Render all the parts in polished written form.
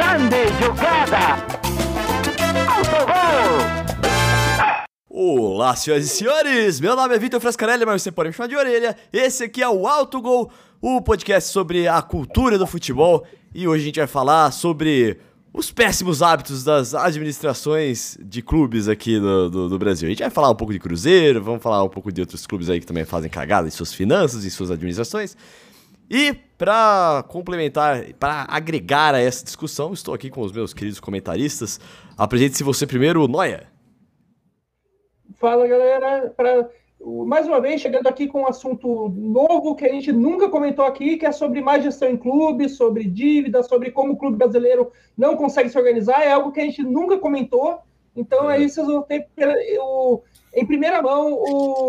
Grande jogada! Autogol! Olá, senhoras e senhores! Meu nome é Vitor Frascarelli, mas você pode me chamar de Orelha. Esse aqui é o Autogol, o podcast sobre a cultura do futebol. E hoje a gente vai falar sobre os péssimos hábitos das administrações de clubes aqui do Brasil. A gente vai falar um pouco de Cruzeiro, vamos falar um pouco de outros clubes aí que também fazem cagada em suas finanças, em suas administrações. E para complementar, para agregar a essa discussão, estou aqui com os meus queridos comentaristas. Apresente-se você primeiro, Noia. Fala, galera, mais uma vez chegando aqui com um assunto novo que a gente nunca comentou aqui, que é sobre má gestão em clube, sobre dívida, sobre como o clube brasileiro não consegue se organizar, é algo que a gente nunca comentou, então aí vocês vão ter em primeira mão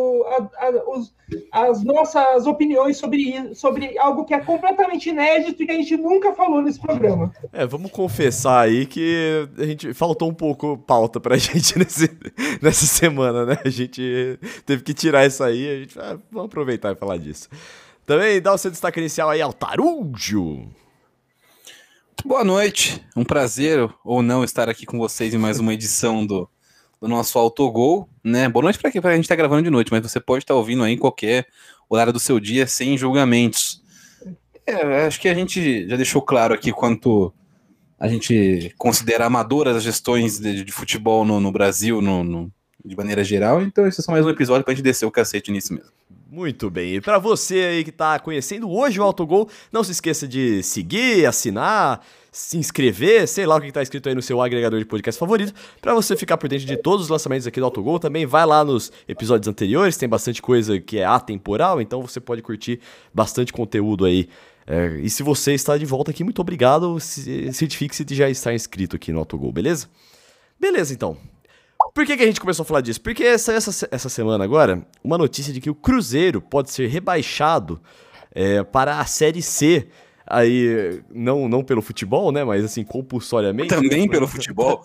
as nossas opiniões sobre algo que é completamente inédito e que a gente nunca falou nesse programa. Vamos confessar aí que a gente faltou um pouco pauta pra gente nessa semana, né? A gente teve que tirar isso aí, a gente vamos aproveitar e falar disso. Também dá o seu destaque inicial aí ao Tarujo. Boa noite, um prazer ou não estar aqui com vocês em mais uma edição do nosso Autogol, né? Boa noite pra a gente tá gravando de noite, mas você pode estar ouvindo aí em qualquer horário do seu dia, sem julgamentos. Acho que a gente já deixou claro aqui quanto a gente considera amadoras as gestões de futebol no Brasil, de maneira geral, então esse é só mais um episódio pra gente descer o cacete nisso mesmo. Muito bem, e pra você aí que tá conhecendo hoje o Autogol, não se esqueça de seguir, assinar, se inscrever, sei lá o que tá escrito aí no seu agregador de podcast favorito, pra você ficar por dentro de todos os lançamentos aqui do Autogol. Também vai lá nos episódios anteriores, tem bastante coisa que é atemporal, então você pode curtir bastante conteúdo aí. E se você está de volta aqui, muito obrigado, certifique-se de já estar inscrito aqui no Autogol, beleza? Beleza, então. Por que a gente começou a falar disso? Porque essa semana agora, uma notícia de que o Cruzeiro pode ser rebaixado para a Série C. Aí, não pelo futebol, né, mas assim, compulsoriamente. Também pelo futebol.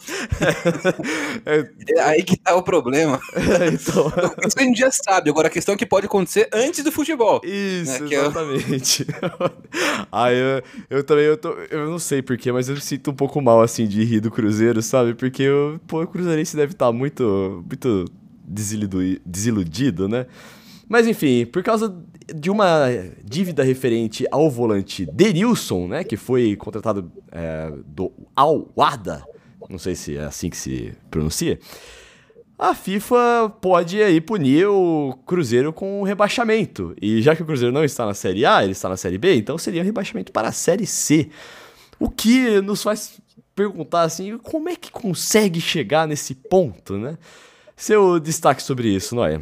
É aí que tá o problema. Então... Isso a gente já sabe, agora a questão é que pode acontecer antes do futebol. Isso, né, exatamente. Aí eu não sei porquê, mas eu me sinto um pouco mal, assim, de rir do Cruzeiro, sabe? Porque o Cruzeirense deve estar muito, muito desiludido, né? Mas enfim, por causa de uma dívida referente ao volante Denilson, né, que foi contratado do Al-Wahda, não sei se é assim que se pronuncia, a FIFA pode aí punir o Cruzeiro com um rebaixamento. E já que o Cruzeiro não está na Série A, ele está na Série B, então seria um rebaixamento para a Série C. O que nos faz perguntar assim, como é que consegue chegar nesse ponto, né? Seu destaque sobre isso, Noia?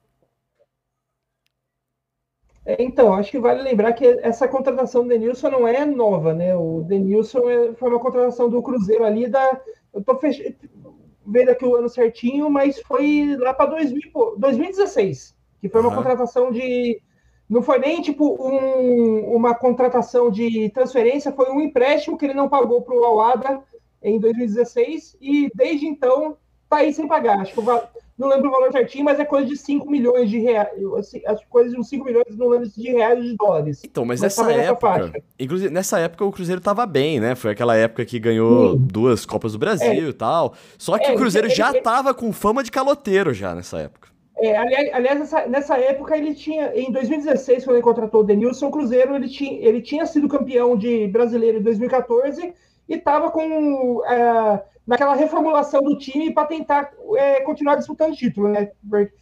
Então, acho que vale lembrar que essa contratação do Denilson não é nova, né? O Denilson foi uma contratação do Cruzeiro ali eu tô vendo aqui o ano certinho, mas foi lá para 2016, que foi uma contratação de... Não foi nem, tipo, uma contratação de transferência, foi um empréstimo que ele não pagou para o Al-Wahda em 2016, e desde então tá aí sem pagar. Acho que não lembro o valor certinho, mas é coisa de 5 milhões de reais. As coisas de uns 5 milhões, não lembro de reais ou de dólares. Então, mas nessa época... Inclusive, nessa época o Cruzeiro tava bem, né? Foi aquela época que ganhou 2 Copas do Brasil e tal. Só que o Cruzeiro já tava com fama de caloteiro já nessa época. Aliás, nessa época ele tinha... Em 2016, quando ele contratou o Denilson, o Cruzeiro ele tinha sido campeão de brasileiro em 2014 e tava com... naquela reformulação do time para tentar continuar disputando o título, né?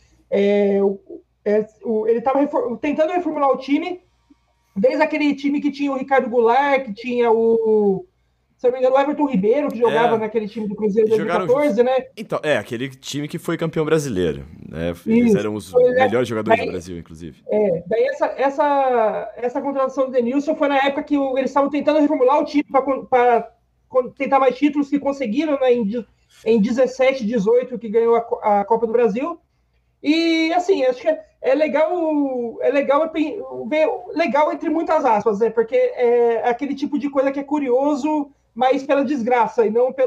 Ele estava tentando reformular o time, desde aquele time que tinha o Ricardo Goulart, que tinha se não me engano, o Everton Ribeiro, que jogava naquele time do Cruzeiro em 2014, né? Então, aquele time que foi campeão brasileiro, né? Eles eram os melhores jogadores do Brasil, inclusive. Daí essa contratação do Denilson foi na época que eles estavam tentando reformular o time para tentar mais títulos, que conseguiram, né, em 17, 18, que ganhou a Copa do Brasil. E, assim, acho que é legal ver, legal entre muitas aspas, né, porque é aquele tipo de coisa que é curioso, mas pela desgraça, e não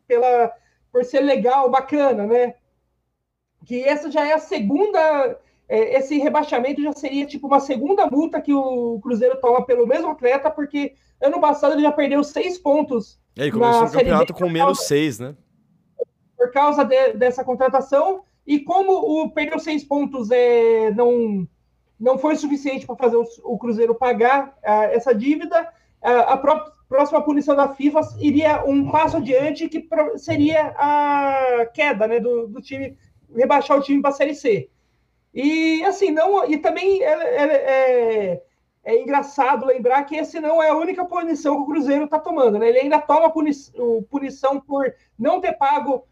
por ser legal, bacana, né? Que essa já é a segunda esse rebaixamento já seria tipo uma segunda multa que o Cruzeiro toma pelo mesmo atleta, porque ano passado ele já perdeu 6 pontos. Ele começou o campeonato com menos 6, né? Por causa dessa contratação, e como perdeu 6 pontos não foi suficiente para fazer o Cruzeiro pagar essa dívida, a próxima punição da FIFA iria um passo adiante, que seria a queda, né, do time, rebaixar o time para a Série C. E assim, e também é engraçado lembrar que esse não é a única punição que o Cruzeiro está tomando, né? Ele ainda toma punição por não ter pago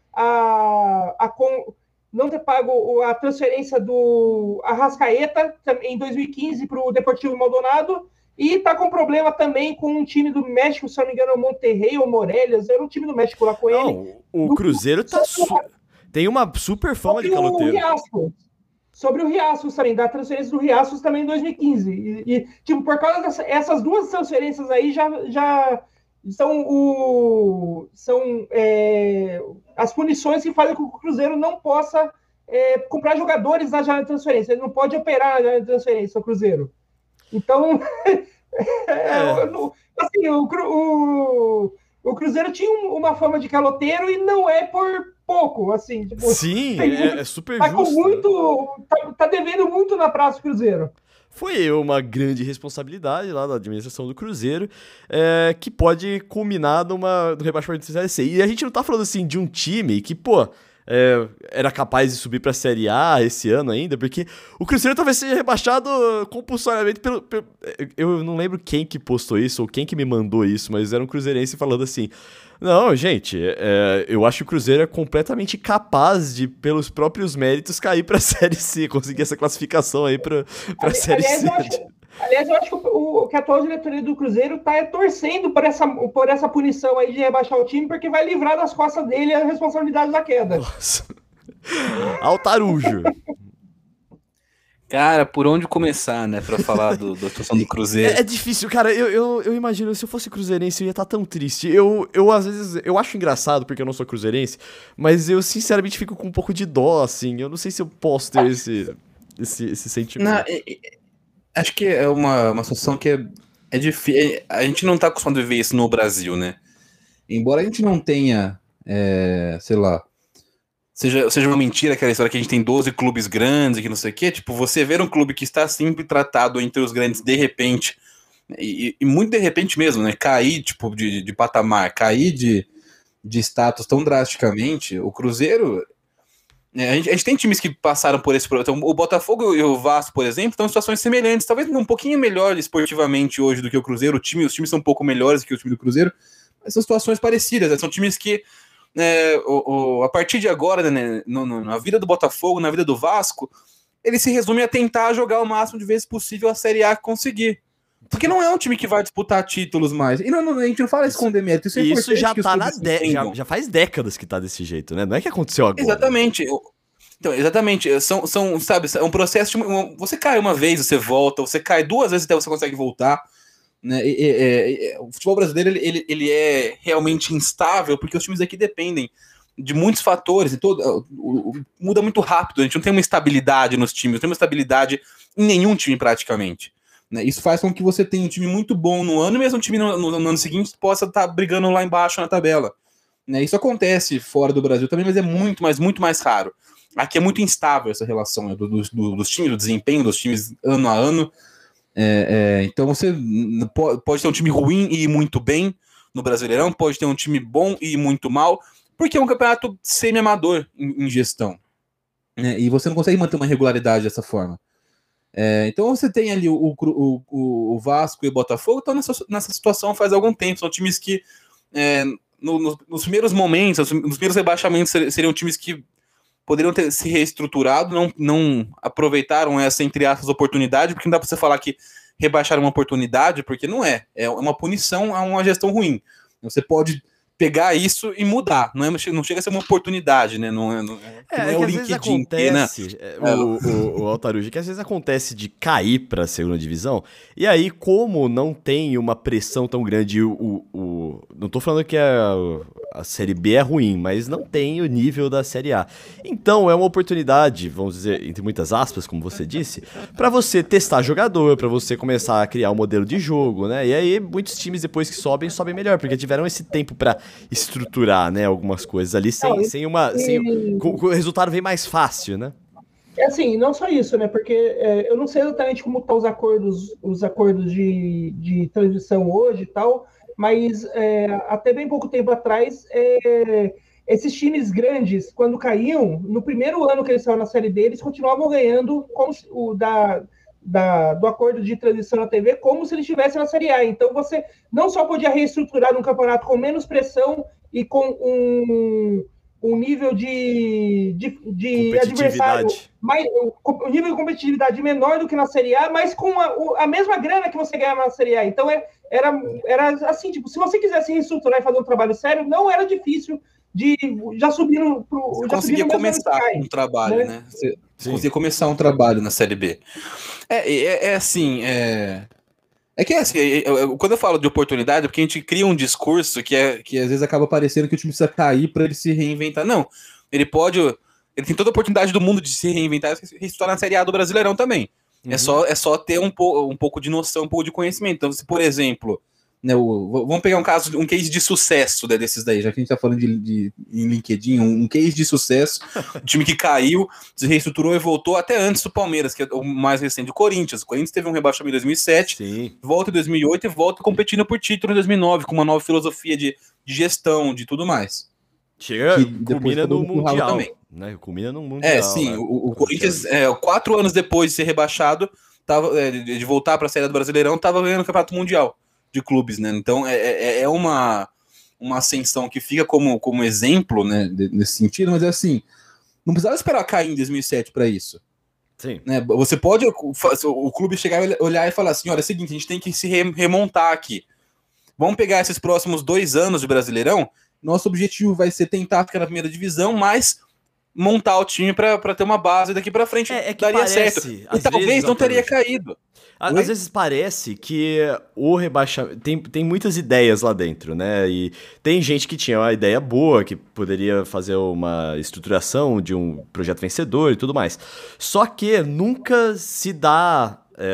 a transferência do Arrascaeta em 2015 para o Deportivo Maldonado, e está com problema também com um time do México, se não me engano, Monterrey ou Morelia, era um time do México lá com ele. O Cruzeiro tem uma super fama de caloteiro. Sobre o Riascos também, da transferência do Riascos também em 2015. E tipo, por causa dessas duas transferências aí, já são as punições que fazem com que o Cruzeiro não possa comprar jogadores na janela de transferência. Ele não pode operar na janela de transferência, o Cruzeiro. Então, assim, o Cruzeiro tinha uma fama de caloteiro, e não é por pouco, assim. Tipo, sim, é super justo. Tá devendo muito na Praça Cruzeiro. Foi uma grande responsabilidade lá da administração do Cruzeiro, que pode culminar no rebaixamento da Série C. E a gente não tá falando assim de um time que, era capaz de subir pra Série A esse ano ainda, porque o Cruzeiro talvez seja rebaixado compulsoriamente pelo... Eu não lembro quem que postou isso ou quem que me mandou isso, mas era um cruzeirense falando assim: não, gente, eu acho que o Cruzeiro é completamente capaz de, pelos próprios méritos, cair pra Série C, conseguir essa classificação aí pra Série C. Aliás, eu acho que a atual diretoria do Cruzeiro tá torcendo por essa punição aí de rebaixar o time, porque vai livrar das costas dele a responsabilidade da queda. Nossa. Altarujo. Cara, por onde começar, né, pra falar da situação do Cruzeiro? É difícil, cara, eu imagino, se eu fosse cruzeirense eu ia estar tão triste. Eu às vezes, eu acho engraçado porque eu não sou cruzeirense, mas eu sinceramente fico com um pouco de dó, assim, eu não sei se eu posso ter esse sentimento. Não, acho que é uma situação que é difícil, a gente não tá acostumado a ver isso no Brasil, né? Embora a gente não tenha, sei lá, seja uma mentira aquela história que a gente tem 12 clubes grandes e que não sei o quê, tipo, você ver um clube que está sempre tratado entre os grandes de repente, e muito de repente mesmo, né, cair tipo, de patamar, cair de status tão drasticamente, o Cruzeiro, a gente tem times que passaram por esse problema, então, o Botafogo e o Vasco, por exemplo, estão em situações semelhantes, talvez um pouquinho melhor esportivamente hoje do que o Cruzeiro, os times são um pouco melhores do que o time do Cruzeiro, mas são situações parecidas, né? São times que a partir de agora, né, na vida do Botafogo, na vida do Vasco, ele se resume a tentar jogar o máximo de vezes possível a Série A que conseguir. Porque não é um time que vai disputar títulos mais. E a gente não fala esconder mérito. Isso já tá já faz décadas que tá desse jeito, né? Não é que aconteceu agora. Exatamente. Então, exatamente. Sabe, é um processo você cai uma vez, você volta, você cai 2 vezes até você consegue voltar. Né? O futebol brasileiro ele é realmente instável porque os times aqui dependem de muitos fatores, muda muito rápido, a gente não tem uma estabilidade nos times, não tem uma estabilidade em nenhum time praticamente, né? Isso faz com que você tenha um time muito bom no ano e mesmo um time no ano seguinte possa estar brigando lá embaixo na tabela, né? Isso acontece fora do Brasil também, mas é muito mais raro. Aqui é muito instável essa relação, né, dos times, do desempenho dos times ano a ano. Então você pode ter um time ruim e ir muito bem no Brasileirão, pode ter um time bom e ir muito mal, porque é um campeonato semi-amador em gestão, né? E você não consegue manter uma regularidade dessa forma. Então você tem ali o Vasco e o Botafogo estão nessa situação faz algum tempo, são times que nos primeiros momentos, nos primeiros rebaixamentos seriam times que poderiam ter se reestruturado, não aproveitaram essa, entre aspas, oportunidade, porque não dá para você falar que rebaixaram uma oportunidade, porque não é uma punição a uma gestão ruim. Você pode pegar isso e mudar, não chega a ser uma oportunidade, né? Não é o LinkedIn. Acontece, o Altarujo, que às vezes acontece de cair para a segunda divisão, e aí como não tem uma pressão tão grande, não tô falando que a Série B é ruim, mas não tem o nível da Série A. Então é uma oportunidade, vamos dizer, entre muitas aspas, como você disse, para você testar jogador, para você começar a criar um modelo de jogo, né? E aí muitos times depois que sobem melhor, porque tiveram esse tempo para estruturar, né, algumas coisas ali o resultado vem mais fácil, né? É assim, não só isso, né? Porque eu não sei exatamente como estão os acordos de transmissão hoje e tal, mas até bem pouco tempo atrás, esses times grandes, quando caíam, no primeiro ano que eles estavam na Série D, eles continuavam ganhando do acordo de transmissão na TV, como se eles estivessem na Série A. Então você não só podia reestruturar um campeonato com menos pressão e com um nível de adversário, um nível de competitividade menor do que na Série A, mas com a mesma grana que você ganhava na Série A. Então era assim, tipo, se você quisesse reestruturar e fazer um trabalho sério, não era difícil de já subir Você conseguia começar um trabalho, né? Você conseguia começar um trabalho na Série B. Assim, que assim, quando eu falo de oportunidade, é porque a gente cria um discurso que às vezes acaba parecendo que o time precisa cair para ele se reinventar. Não, ele tem toda a oportunidade do mundo de se reinventar e se tornar na Série A do Brasileirão também. Uhum. É só ter um pouco de noção, um pouco de conhecimento. Então, se, por exemplo, né, vamos pegar um case de sucesso, né, desses daí, já que a gente tá falando em LinkedIn, um case de sucesso, um time que caiu, se reestruturou e voltou até antes do Palmeiras, que é o mais recente, o Corinthians. O Corinthians teve um rebaixamento em 2007, sim, volta em 2008 e volta competindo por título em 2009, com uma nova filosofia de gestão, de tudo mais. Culmina no Mundial também. Né? Culmina no Mundial. Sim, né? o Corinthians, 4 anos depois de ser rebaixado, de voltar para a Série do Brasileirão, estava ganhando o Campeonato Mundial de clubes, né? Então é uma ascensão que fica como exemplo, né, nesse sentido, mas assim, não precisava esperar cair em 2007 para isso. Sim. Né? Você pode, o clube chegar e olhar e falar assim, olha, é o seguinte, a gente tem que se remontar aqui. Vamos pegar esses próximos 2 anos de Brasileirão, nosso objetivo vai ser tentar ficar na primeira divisão, mas montar o time para ter uma base daqui para frente. Daria certo. E talvez não teria caído. Às vezes parece que o rebaixamento... Tem muitas ideias lá dentro, né? E tem gente que tinha uma ideia boa, que poderia fazer uma estruturação de um projeto vencedor e tudo mais. Só que nunca se dá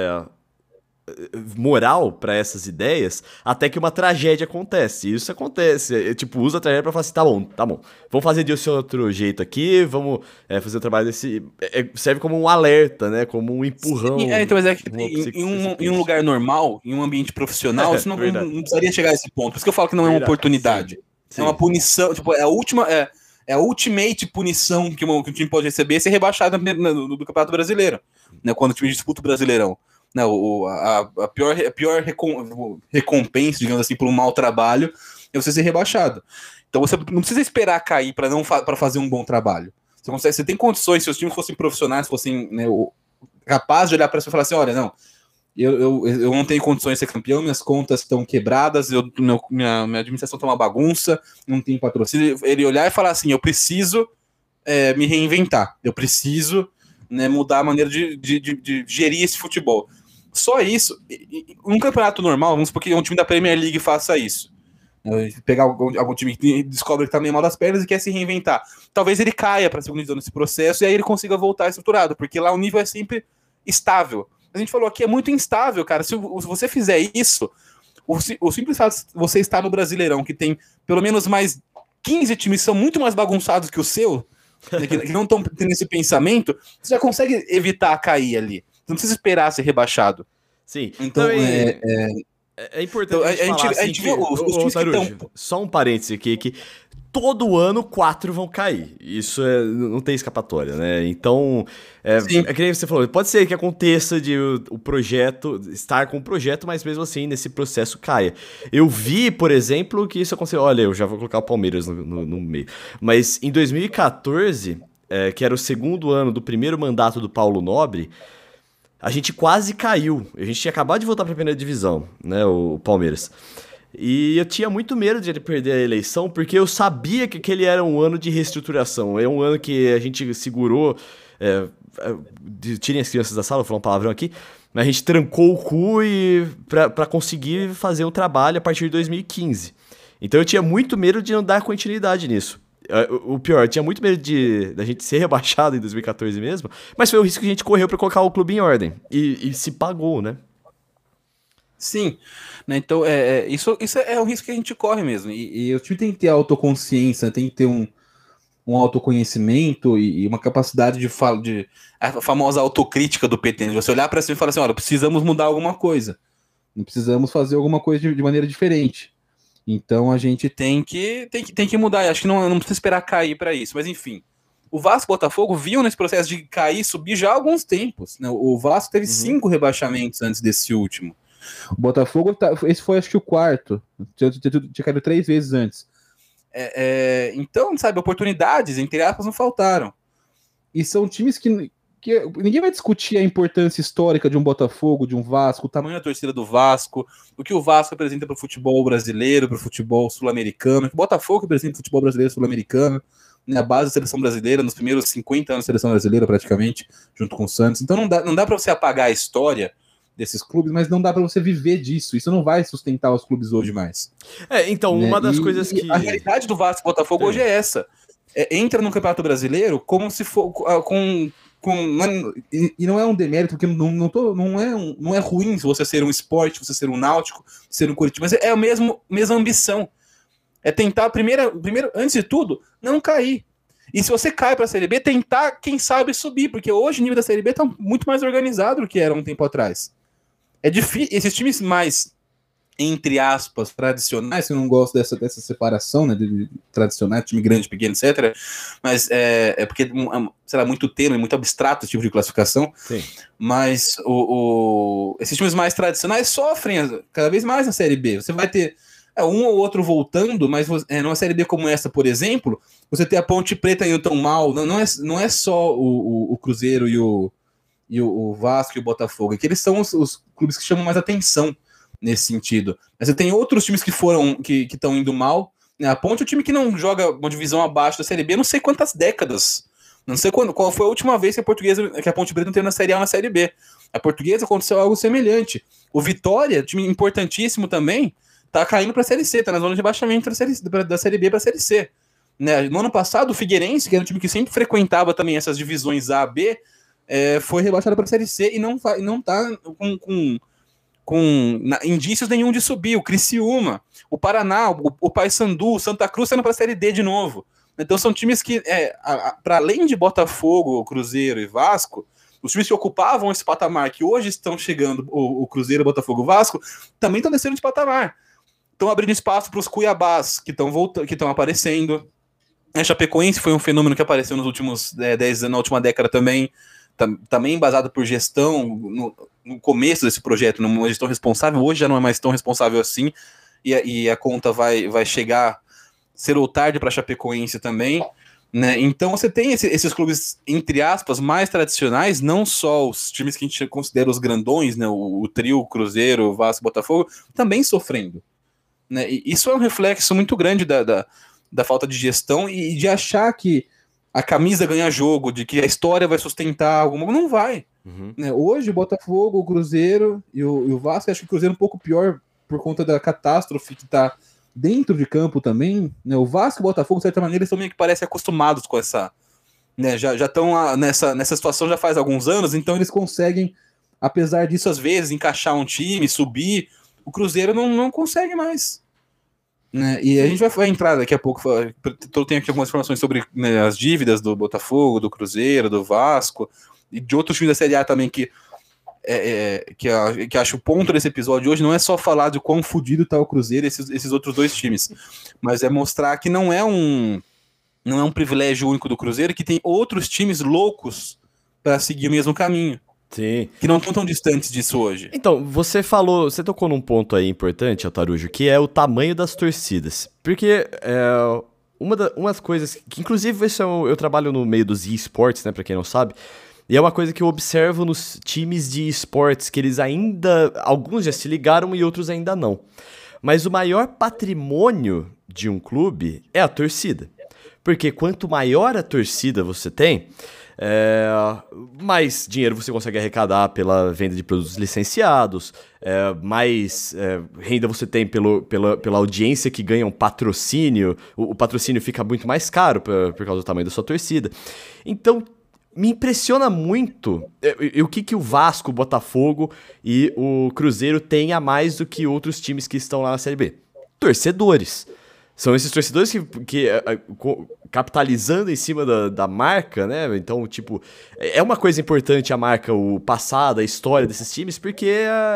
moral pra essas ideias até que uma tragédia acontece. Isso acontece. Usa a tragédia pra falar assim, tá bom. Vamos fazer de outro jeito aqui, vamos fazer o trabalho desse... serve como um alerta, né? Como um empurrão. Sim, então, mas que em um lugar normal, em um ambiente profissional, isso não precisaria chegar a esse ponto. Por isso que eu falo que não é uma oportunidade. Sim. É uma punição, é a última... É a ultimate punição que o time pode receber, ser rebaixado do Campeonato Brasileiro, né? Quando o time disputa o Brasileirão. Não, a pior recompensa, digamos assim, por um mau trabalho é você ser rebaixado. Então você não precisa esperar cair para fazer um bom trabalho. Você tem condições, se os times fossem profissionais, fossem, né, capazes de olhar para você e falar assim, olha, não, eu não tenho condições de ser campeão, minhas contas estão quebradas, minha administração está uma bagunça, não tenho patrocínio. Ele olhar e falar assim, eu preciso me reinventar, eu preciso, né, mudar a maneira de gerir esse futebol. Só isso, um campeonato normal, vamos supor que um time da Premier League faça isso. Pegar algum time que descobre que tá meio mal das pernas e quer se reinventar. Talvez ele caia para a segunda divisão nesse processo e aí ele consiga voltar estruturado, porque lá o nível é sempre estável. A gente falou aqui, é muito instável, cara. Se você fizer isso, o simples fato de você estar no Brasileirão, que tem pelo menos mais 15 times que são muito mais bagunçados que o seu, né, que não estão tendo esse pensamento, você já consegue evitar cair ali. Você não precisa esperar ser rebaixado. Sim. Então, é importante a gente falar assim, só um parêntese aqui, que todo ano 4 vão cair. Isso não tem escapatória, né? Então, é que nem você falou, pode ser que aconteça de o projeto, estar com o projeto, mas mesmo assim, nesse processo caia. Eu vi, por exemplo, que isso aconteceu, olha, eu já vou colocar o Palmeiras no meio, mas em 2014, que era o segundo ano do primeiro mandato do Paulo Nobre, a gente quase caiu. A gente tinha acabado de voltar para a primeira divisão, né, o Palmeiras. E eu tinha muito medo de ele perder a eleição, porque eu sabia que aquele era um ano de reestruturação. É um ano que a gente segurou... tirem as crianças da sala, vou falar um palavrão aqui. Mas a gente trancou o cu para conseguir fazer um trabalho a partir de 2015. Então eu tinha muito medo de não dar continuidade nisso. O pior, eu tinha muito medo da gente ser rebaixado em 2014 mesmo, mas foi o risco que a gente correu pra colocar o clube em ordem. E se pagou, né? Sim, né? Então isso é um risco que a gente corre mesmo. E o time tem que ter autoconsciência, tem que ter um autoconhecimento e uma capacidade de a famosa autocrítica do PT, de você olhar para cima e falar assim, olha, precisamos mudar alguma coisa, não precisamos fazer alguma coisa de maneira diferente. Então a gente tem que mudar. Eu acho que não precisa esperar cair para isso, mas enfim. O Vasco e o Botafogo vinham nesse processo de cair e subir já há alguns tempos, né? O Vasco teve 5 rebaixamentos antes desse último. O Botafogo, esse foi acho que o quarto, tinha caído 3 vezes antes. Então, sabe, oportunidades, entre aspas, não faltaram. E são times que ninguém vai discutir a importância histórica de um Botafogo, de um Vasco, o tamanho da torcida do Vasco, o que o Vasco representa para o futebol brasileiro, para o futebol sul-americano, o que o Botafogo representa para o futebol brasileiro e sul-americano, né, a base da seleção brasileira, nos primeiros 50 anos da seleção brasileira, praticamente, junto com o Santos. Então não dá para você apagar a história desses clubes, mas não dá para você viver disso. Isso não vai sustentar os clubes hoje mais. Então, uma das coisas que... A realidade do Vasco e Botafogo hoje é essa. Entra no Campeonato Brasileiro como se for e não é um demérito, porque não é ruim se você ser um esporte, você ser um náutico, ser um Curitiba, mas é a mesma ambição. É tentar, primeiro, antes de tudo, não cair. E se você cai para a Série B, tentar, quem sabe, subir, porque hoje o nível da Série B está muito mais organizado do que era um tempo atrás. É difícil, esses times mais, entre aspas, tradicionais, eu não gosto dessa separação, né, de tradicional, time grande, pequeno, etc. Mas porque, será muito tênue, muito abstrato esse tipo de classificação. Sim. Mas esses times mais tradicionais sofrem cada vez mais na Série B. Você vai ter um ou outro voltando, mas numa Série B como essa, por exemplo, você ter a Ponte Preta indo tão mal, não é só o Cruzeiro e o Vasco e o Botafogo, é que eles são os clubes que chamam mais atenção nesse sentido. Mas você tem outros times que estão indo mal, né? A Ponte é um time que não joga uma divisão abaixo da Série B, não sei quantas décadas. Não sei qual foi a última vez que a Ponte Preta não teve na Série A ou na Série B. A Portuguesa aconteceu algo semelhante. O Vitória, time importantíssimo também, tá caindo para a Série C, tá na zona de rebaixamento da Série B para a Série C. Né? No ano passado, o Figueirense, que era um time que sempre frequentava também essas divisões A, B, foi rebaixado para a Série C e não tá com indícios nenhum de subir. O Criciúma, o Paraná, o Paysandu, o Santa Cruz saindo para a Série D de novo. Então são times que, para além de Botafogo, Cruzeiro e Vasco, os times que ocupavam esse patamar, que hoje estão chegando, o Cruzeiro, o Botafogo, o Vasco, também estão descendo de patamar. Estão abrindo espaço para os Cuiabás, que estão aparecendo. A Chapecoense foi um fenômeno que apareceu nos últimos 10 anos, na última década também. Também embasado por gestão, no começo desse projeto, numa gestão responsável. Hoje já não é mais tão responsável assim, e a conta vai chegar cedo ou tarde para a Chapecoense também, né? Então você tem esses clubes, entre aspas, mais tradicionais, não só os times que a gente considera os grandões, né? O trio, o Cruzeiro, o Vasco, o Botafogo, também sofrendo, né? E isso é um reflexo muito grande da falta de gestão e de achar que a camisa ganha jogo, de que a história vai sustentar alguma... Não vai. Uhum. Né? Hoje, o Botafogo, o Cruzeiro e o Vasco, acho que o Cruzeiro é um pouco pior por conta da catástrofe que está dentro de campo também. Né? O Vasco e o Botafogo, de certa maneira, eles estão meio que parecem acostumados com essa... Né? Já estão nessa situação já faz alguns anos, então eles conseguem, apesar disso, às vezes, encaixar um time, subir. O Cruzeiro não consegue mais. Né? E a gente vai entrar daqui a pouco. Eu tenho aqui algumas informações sobre, né, as dívidas do Botafogo, do Cruzeiro, do Vasco e de outros times da Série A também, que acho o ponto desse episódio hoje não é só falar de quão fodido tá o Cruzeiro e esses outros dois times, mas é mostrar que não é um privilégio único do Cruzeiro, que tem outros times loucos para seguir o mesmo caminho. Sim. Que não estão tão distantes disso hoje. Então, você tocou num ponto aí importante, Altarujo, que é o tamanho das torcidas. Porque umas coisas que, inclusive, eu trabalho no meio dos esportes, né, pra quem não sabe, e é uma coisa que eu observo nos times de esportes, que eles ainda, alguns já se ligaram e outros ainda não. Mas o maior patrimônio de um clube é a torcida. Porque quanto maior a torcida você tem, Mais dinheiro você consegue arrecadar pela venda de produtos licenciados, mais renda você tem pela audiência que ganha um patrocínio, o patrocínio fica muito mais caro por causa do tamanho da sua torcida. Então, me impressiona muito o que o Vasco, o Botafogo e o Cruzeiro têm a mais do que outros times que estão lá na Série B. Torcedores. São esses torcedores que capitalizando em cima da marca, né? Então, tipo, é uma coisa importante a marca, o passado, a história desses times, porque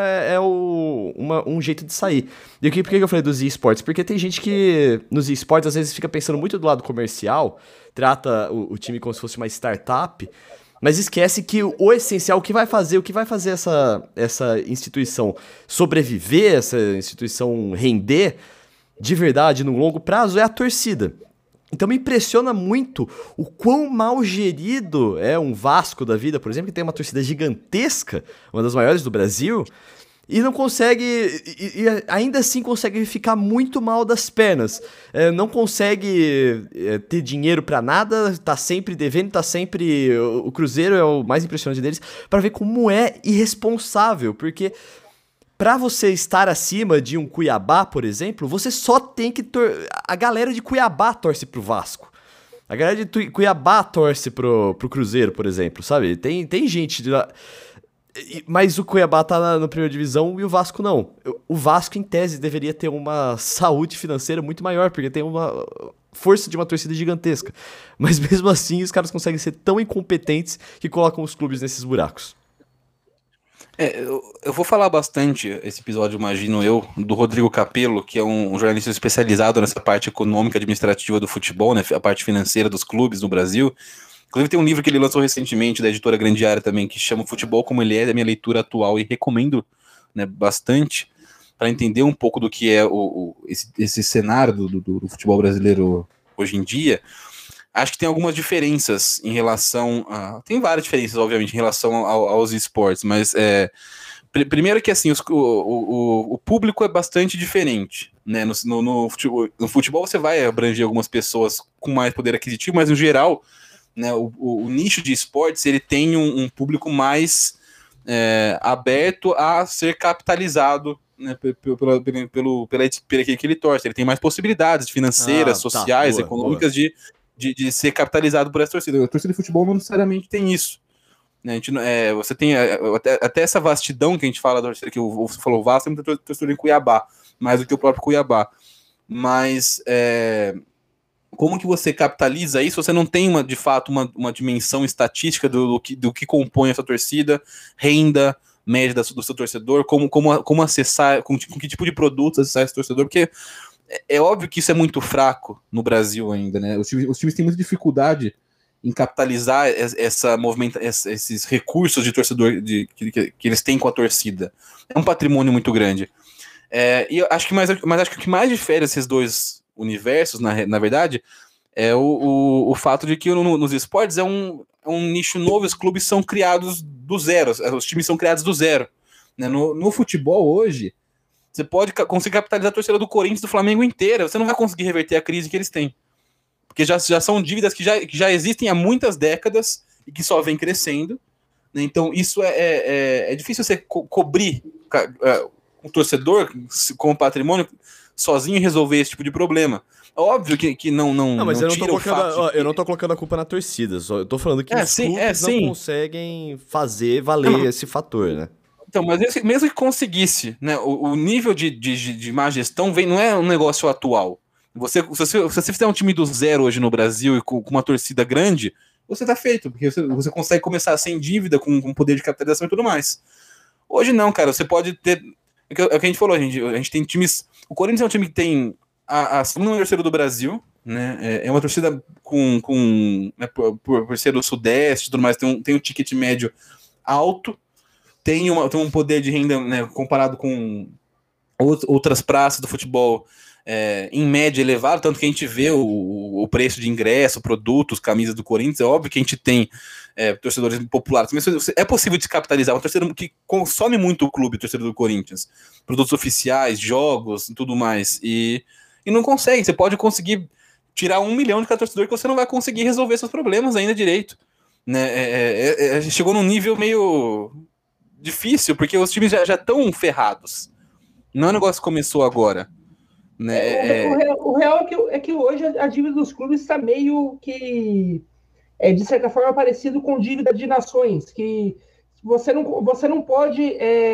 um jeito de sair. E por que eu falei dos esportes? Porque tem gente que nos esportes às vezes fica pensando muito do lado comercial, trata o time como se fosse uma startup, mas esquece que o essencial, o que vai fazer essa instituição sobreviver, essa instituição render de verdade, no longo prazo, é a torcida. Então me impressiona muito o quão mal gerido é um Vasco da vida, por exemplo, que tem uma torcida gigantesca, uma das maiores do Brasil, e não consegue, e ainda assim consegue ficar muito mal das pernas. Não consegue ter dinheiro pra nada, tá sempre devendo, tá sempre... O Cruzeiro é o mais impressionante deles, pra ver como é irresponsável, porque... Pra você estar acima de um Cuiabá, por exemplo, você só tem que... A galera de Cuiabá torce pro Vasco. A galera de Cuiabá torce pro Cruzeiro, por exemplo, sabe? Tem gente de lá... Mas o Cuiabá tá na primeira divisão e o Vasco não. O Vasco, em tese, deveria ter uma saúde financeira muito maior, porque tem uma força de uma torcida gigantesca. Mas mesmo assim, os caras conseguem ser tão incompetentes que colocam os clubes nesses buracos. Eu vou falar bastante esse episódio, imagino eu, do Rodrigo Capello, que é um jornalista especializado nessa parte econômica administrativa do futebol, né, a parte financeira dos clubes no Brasil. Inclusive tem um livro que ele lançou recentemente, da editora Grandiária também, que chama Futebol Como Ele É, a minha leitura atual, e recomendo, né, bastante, para entender um pouco do que é esse cenário do futebol brasileiro hoje em dia. Acho que tem algumas diferenças em relação a... Tem várias diferenças, obviamente, em relação aos esportes, mas primeiro que, assim, o público é bastante diferente, né? No futebol você vai abranger algumas pessoas com mais poder aquisitivo, mas, no geral, né, o nicho de esportes, ele tem um público mais aberto a ser capitalizado, né, pelo aquele que ele torce. Ele tem mais possibilidades financeiras, sociais, econômicas de ser capitalizado por essa torcida. A torcida de futebol não necessariamente tem isso. Né? A gente, você tem até essa vastidão que a gente fala da torcida, que você falou, o Vasco tem muita torcida em Cuiabá, mais do que o próprio Cuiabá. Mas como que você capitaliza isso? Você não tem, de fato, uma dimensão estatística do que compõe essa torcida, renda média do seu torcedor, como acessar, com que tipo de produtos acessar esse torcedor, porque é óbvio que isso é muito fraco no Brasil ainda, né? Os times têm muita dificuldade em capitalizar esses recursos de torcedor que eles têm com a torcida. É um patrimônio muito grande. E eu acho que acho que o que mais difere esses dois universos, na verdade, é o fato de que nos esportes é um nicho novo, os clubes são criados do zero, os times são criados do zero. Né? No futebol hoje, você pode conseguir capitalizar a torcida do Corinthians, do Flamengo inteira. Você não vai conseguir reverter a crise que eles têm. Porque já são dívidas que já existem há muitas décadas e que só vem crescendo. Né? Então, isso é difícil você cobrir o torcedor com o patrimônio sozinho e resolver esse tipo de problema. Óbvio que não mas eu não tô colocando a culpa na torcida. Eu tô falando que os clubes não conseguem fazer valer esse fator, né? Então, mas mesmo que conseguisse, né, o nível de má gestão não é um negócio atual. Se você fizer um time do zero hoje no Brasil e com uma torcida grande, você tá feito, porque você consegue começar sem dívida, com poder de capitalização e tudo mais. Hoje não, cara, você pode ter... É o que a gente falou, a gente tem times... O Corinthians é um time que tem a segunda maior torcida do Brasil, né, é uma torcida né, por ser do Sudeste e tudo mais, tem um ticket médio alto, tem um poder de renda, né, comparado com outras praças do futebol, em média elevado, tanto que a gente vê o preço de ingresso, produtos, camisas do Corinthians. É óbvio que a gente tem torcedores populares, mas é possível descapitalizar uma torcida que consome muito o clube, torcedor do Corinthians, produtos oficiais, jogos e tudo mais, e não consegue. Você pode conseguir tirar 1 milhão de cada torcedor que você não vai conseguir resolver seus problemas ainda direito. né? Chegou num nível meio difícil, porque os times já estão ferrados. Não é um negócio que começou agora. Né? O real é que hoje a dívida dos clubes está meio que, de certa forma, parecido com dívida de nações, que você não pode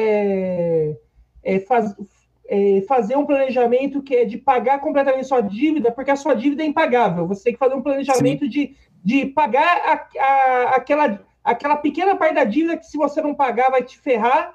fazer um planejamento que é de pagar completamente sua dívida, porque a sua dívida é impagável. Você tem que fazer um planejamento de pagar aquela pequena parte da dívida que, se você não pagar, vai te ferrar,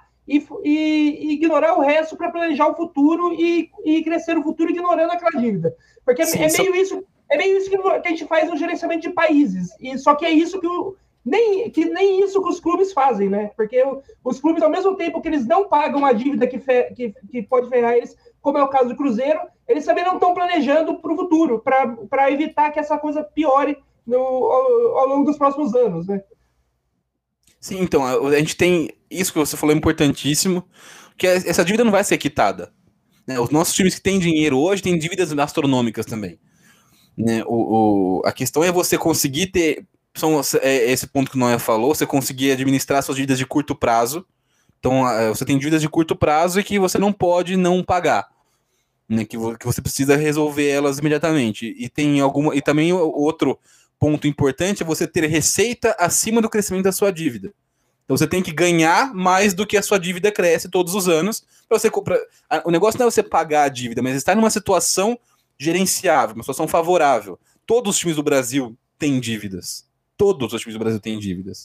e ignorar o resto para planejar o futuro e crescer no futuro ignorando aquela dívida. Porque meio isso que a gente faz no gerenciamento de países. E só que é isso nem isso que os clubes fazem, né? Porque os clubes, ao mesmo tempo que eles não pagam a dívida que pode ferrar eles, como é o caso do Cruzeiro, eles também não estão planejando para o futuro, para evitar que essa coisa piore ao longo dos próximos anos, né? Sim, então, a gente tem isso que você falou, é importantíssimo, que essa dívida não vai ser quitada. Né? Os nossos times que têm dinheiro hoje têm dívidas astronômicas também. Né? A questão é você conseguir ter, esse ponto que o Noia falou, você conseguir administrar suas dívidas de curto prazo. Então, você tem dívidas de curto prazo e que você não pode não pagar. Né? Que você precisa resolver elas imediatamente. E também outro ponto importante é você ter receita acima do crescimento da sua dívida. Então você tem que ganhar mais do que a sua dívida cresce todos os anos para você comprar. O negócio não é você pagar a dívida, mas estar numa situação gerenciável, uma situação favorável. Todos os times do Brasil têm dívidas. Todos os times do Brasil têm dívidas.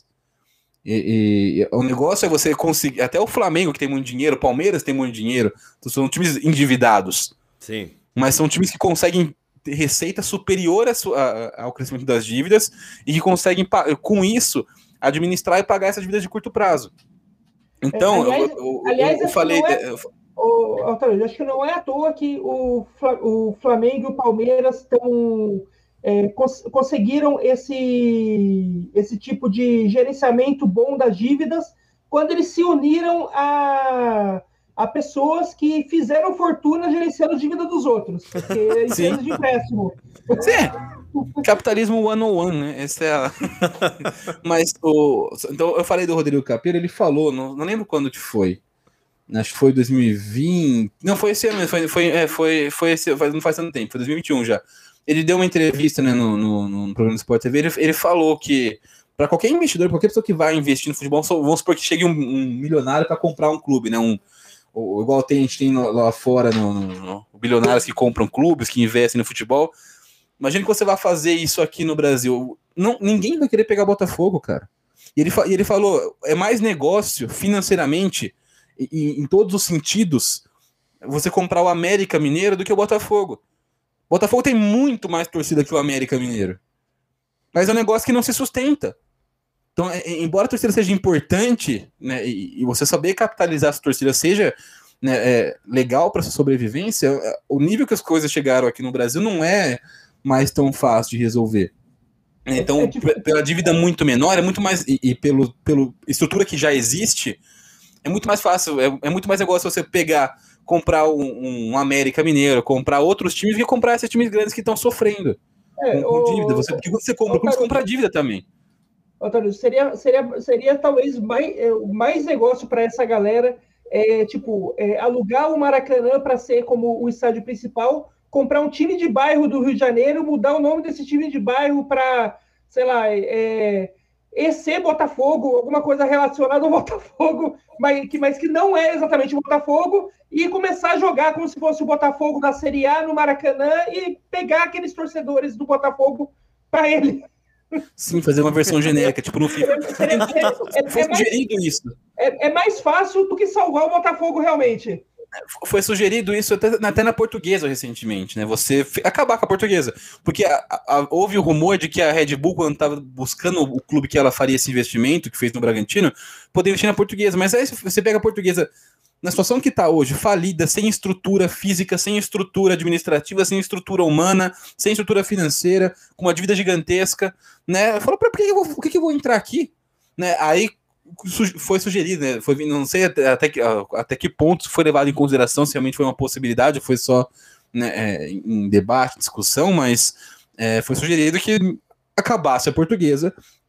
E o negócio é você conseguir. Até o Flamengo, que tem muito dinheiro, o Palmeiras tem muito dinheiro, então são times endividados. Sim. Mas são times que conseguem receita superior ao crescimento das dívidas e que conseguem, com isso, administrar e pagar essas dívidas de curto prazo. Então, aliás, eu falei... Antônio, acho que não é à toa que o Flamengo e o Palmeiras conseguiram esse tipo de gerenciamento bom das dívidas quando eles se uniram a pessoas que fizeram fortuna gerenciando a dívida dos outros, porque empresas de empréstimo. Sim. Capitalismo 101, né? Essa é a... Mas, então, eu falei do Rodrigo Capello, ele falou, não lembro quando que foi, acho que foi 2020, não, foi esse ano, foi esse, não faz tanto tempo, foi 2021 já. Ele deu uma entrevista, né, no programa do Sport TV, ele falou que para qualquer investidor, qualquer pessoa que vai investir no futebol, vamos supor que chegue um milionário para comprar um clube, né, igual a gente tem lá fora, no bilionários que compram clubes, que investem no futebol. Imagina que você vai fazer isso aqui no Brasil. Ninguém vai querer pegar Botafogo, cara. E ele falou, é mais negócio financeiramente, e em todos os sentidos, você comprar o América Mineiro do que o Botafogo. O Botafogo tem muito mais torcida que o América Mineiro. Mas é um negócio que não se sustenta. Então, embora a torcida seja importante, né, e você saber capitalizar essa torcida seja, né, legal para sua sobrevivência, o nível que as coisas chegaram aqui no Brasil não é mais tão fácil de resolver. Então, pela dívida muito menor, é muito mais, e pela estrutura que já existe, é muito mais fácil, é muito mais negócio você comprar um América Mineiro, comprar outros times, do que comprar esses times grandes que estão sofrendo com dívida. Porque quando você compra, como você compra dívida também. Antônio, seria talvez mais negócio para essa galera, alugar o Maracanã para ser como o estádio principal, comprar um time de bairro do Rio de Janeiro, mudar o nome desse time de bairro para, sei lá, EC Botafogo, alguma coisa relacionada ao Botafogo, mas que não é exatamente o Botafogo, e começar a jogar como se fosse o Botafogo da Série A no Maracanã e pegar aqueles torcedores do Botafogo para ele. Sim, fazer uma versão genérica, tipo no FIFA. Foi sugerido isso. É mais fácil do que salvar o Botafogo realmente. Foi sugerido isso até na Portuguesa recentemente, né? Você acabar com a Portuguesa. Porque houve o rumor de que a Red Bull, quando estava buscando o clube que ela faria esse investimento, que fez no Bragantino, poderia investir na Portuguesa. Mas aí você pega a Portuguesa na situação que está hoje, falida, sem estrutura física, sem estrutura administrativa, sem estrutura humana, sem estrutura financeira, com uma dívida gigantesca, né? Falou, por que eu vou entrar aqui? Né? Aí foi sugerido, né? Não sei até que ponto foi levado em consideração, se realmente foi uma possibilidade, foi só, né, em debate, discussão, mas foi sugerido que acabasse a Portuguesa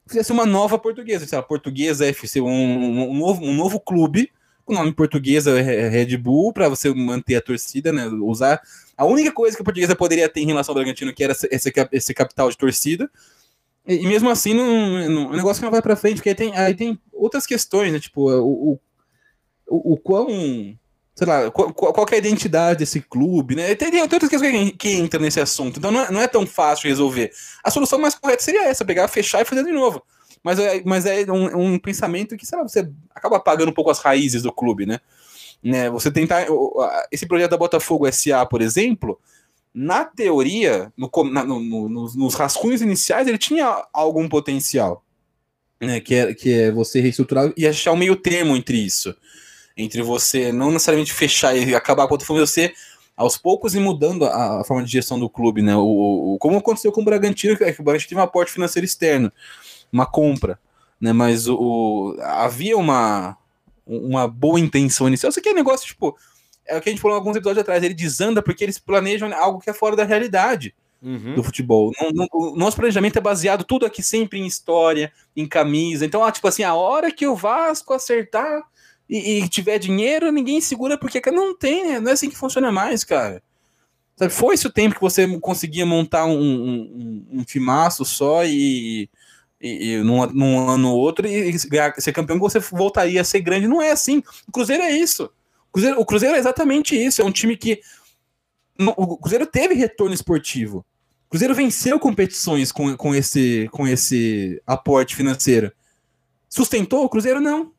fizesse uma nova Portuguesa, sei lá, Portuguesa FC, um novo clube, com o nome Portuguesa Red Bull, para você manter a torcida, né? Usar a única coisa que a Portuguesa poderia ter em relação ao Bragantino, que era esse capital de torcida. E mesmo assim, o negócio que não vai para frente, porque aí tem outras questões, né? Tipo, o quão, sei lá, qual que é a identidade desse clube, né? Tem outras questões que entram nesse assunto, então não é tão fácil de resolver. A solução mais correta seria essa, pegar, fechar e fazer de novo. Mas é um pensamento que, sei lá, você acaba apagando um pouco as raízes do clube, né? Você tentar... Esse projeto da Botafogo SA, por exemplo, na teoria, nos rascunhos iniciais, ele tinha algum potencial, né? Que é você reestruturar e achar um meio termo entre isso. Entre você não necessariamente fechar e acabar com o Botafogo, você aos poucos ir mudando a forma de gestão do clube, né? Como aconteceu com o Bragantino, que o Bragantino teve um aporte financeiro externo, uma compra, né? Mas havia uma boa intenção inicial. Isso aqui é negócio, tipo, é o que a gente falou alguns episódios atrás, ele desanda porque eles planejam algo que é fora da realidade do futebol. O nosso planejamento é baseado tudo aqui sempre em história, em camisa. Então, tipo assim, a hora que o Vasco acertar e tiver dinheiro, ninguém segura, porque não tem, né? Não é assim que funciona mais, cara. Sabe, foi esse o tempo que você conseguia montar um timaço só e num ano ou outro e ser campeão, que você voltaria a ser grande. Não é assim. O Cruzeiro é isso. O Cruzeiro é exatamente isso. É um time que... O Cruzeiro teve retorno esportivo. O Cruzeiro venceu competições com esse aporte financeiro. Sustentou o Cruzeiro? Não.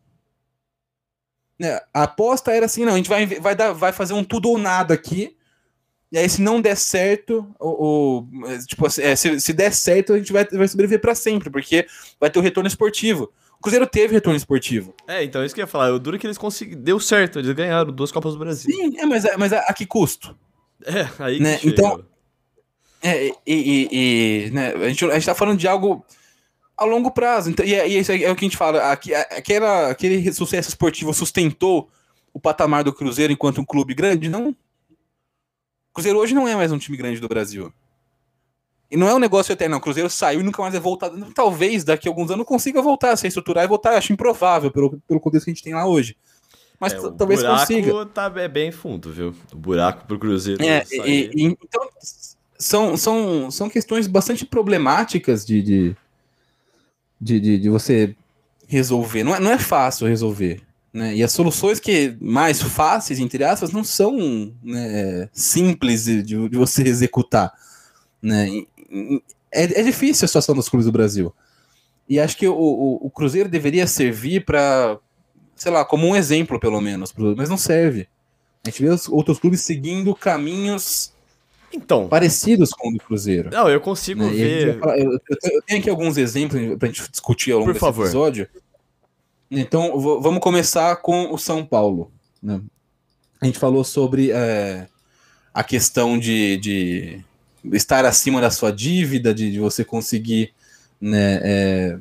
A aposta era assim, não, a gente vai fazer um tudo ou nada aqui, e aí se não der certo, tipo, se der certo, a gente vai sobreviver para sempre, porque vai ter o retorno esportivo. O Cruzeiro teve retorno esportivo. Então isso que eu ia falar, o duro é que eles deu certo, eles ganharam 2 Copas do Brasil. Sim, mas a que custo? Aí né? que Então, né, a gente tá falando de algo a longo prazo. Então, e isso é o que a gente fala. Aquele sucesso esportivo sustentou o patamar do Cruzeiro enquanto um clube grande? Não. O Cruzeiro hoje não é mais um time grande do Brasil. E não é um negócio eterno. O Cruzeiro saiu e nunca mais vai voltar. Talvez daqui a alguns anos consiga voltar a se estruturar e voltar. Acho improvável pelo contexto que a gente tem lá hoje. Mas talvez consiga. O buraco é bem fundo, viu? O buraco pro Cruzeiro sair. Então, são questões bastante problemáticas de você resolver. Não é fácil resolver, né? E as soluções que mais fáceis, entre aspas, não são, né, simples de você executar, né? É difícil a situação dos clubes do Brasil. E acho que o Cruzeiro deveria servir para, sei lá, como um exemplo, pelo menos, mas não serve. A gente vê os outros clubes seguindo caminhos parecidos com o do Cruzeiro. Não, eu consigo ver... Eu tenho aqui alguns exemplos pra gente discutir ao longo desse episódio. Então, vamos começar com o São Paulo, né? A gente falou sobre a questão de estar acima da sua dívida, de você conseguir, né,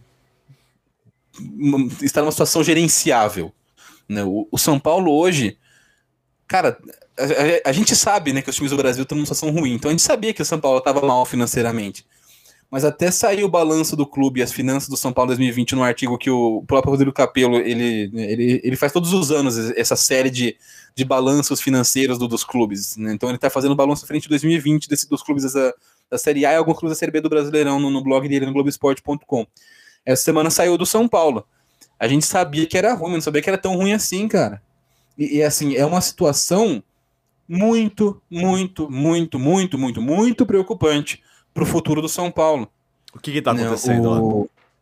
estar numa situação gerenciável, né? O São Paulo hoje, cara... A gente sabe, né, que os times do Brasil estão numa situação ruim, então a gente sabia que o São Paulo estava mal financeiramente. Mas até sair o balanço do clube e as finanças do São Paulo 2020 num artigo que o próprio Rodrigo Capello, ele faz todos os anos essa série de balanços financeiros dos clubes, né? Então ele está fazendo balanço frente de 2020 dos clubes da Série A e alguns clubes da Série B do Brasileirão no blog dele, no Globoesporte.com. Essa semana saiu do São Paulo. A gente sabia que era ruim, mas não sabia que era tão ruim assim, cara. E assim, é uma situação muito, muito, muito, muito, muito, muito preocupante para o futuro do São Paulo. O que está acontecendo lá?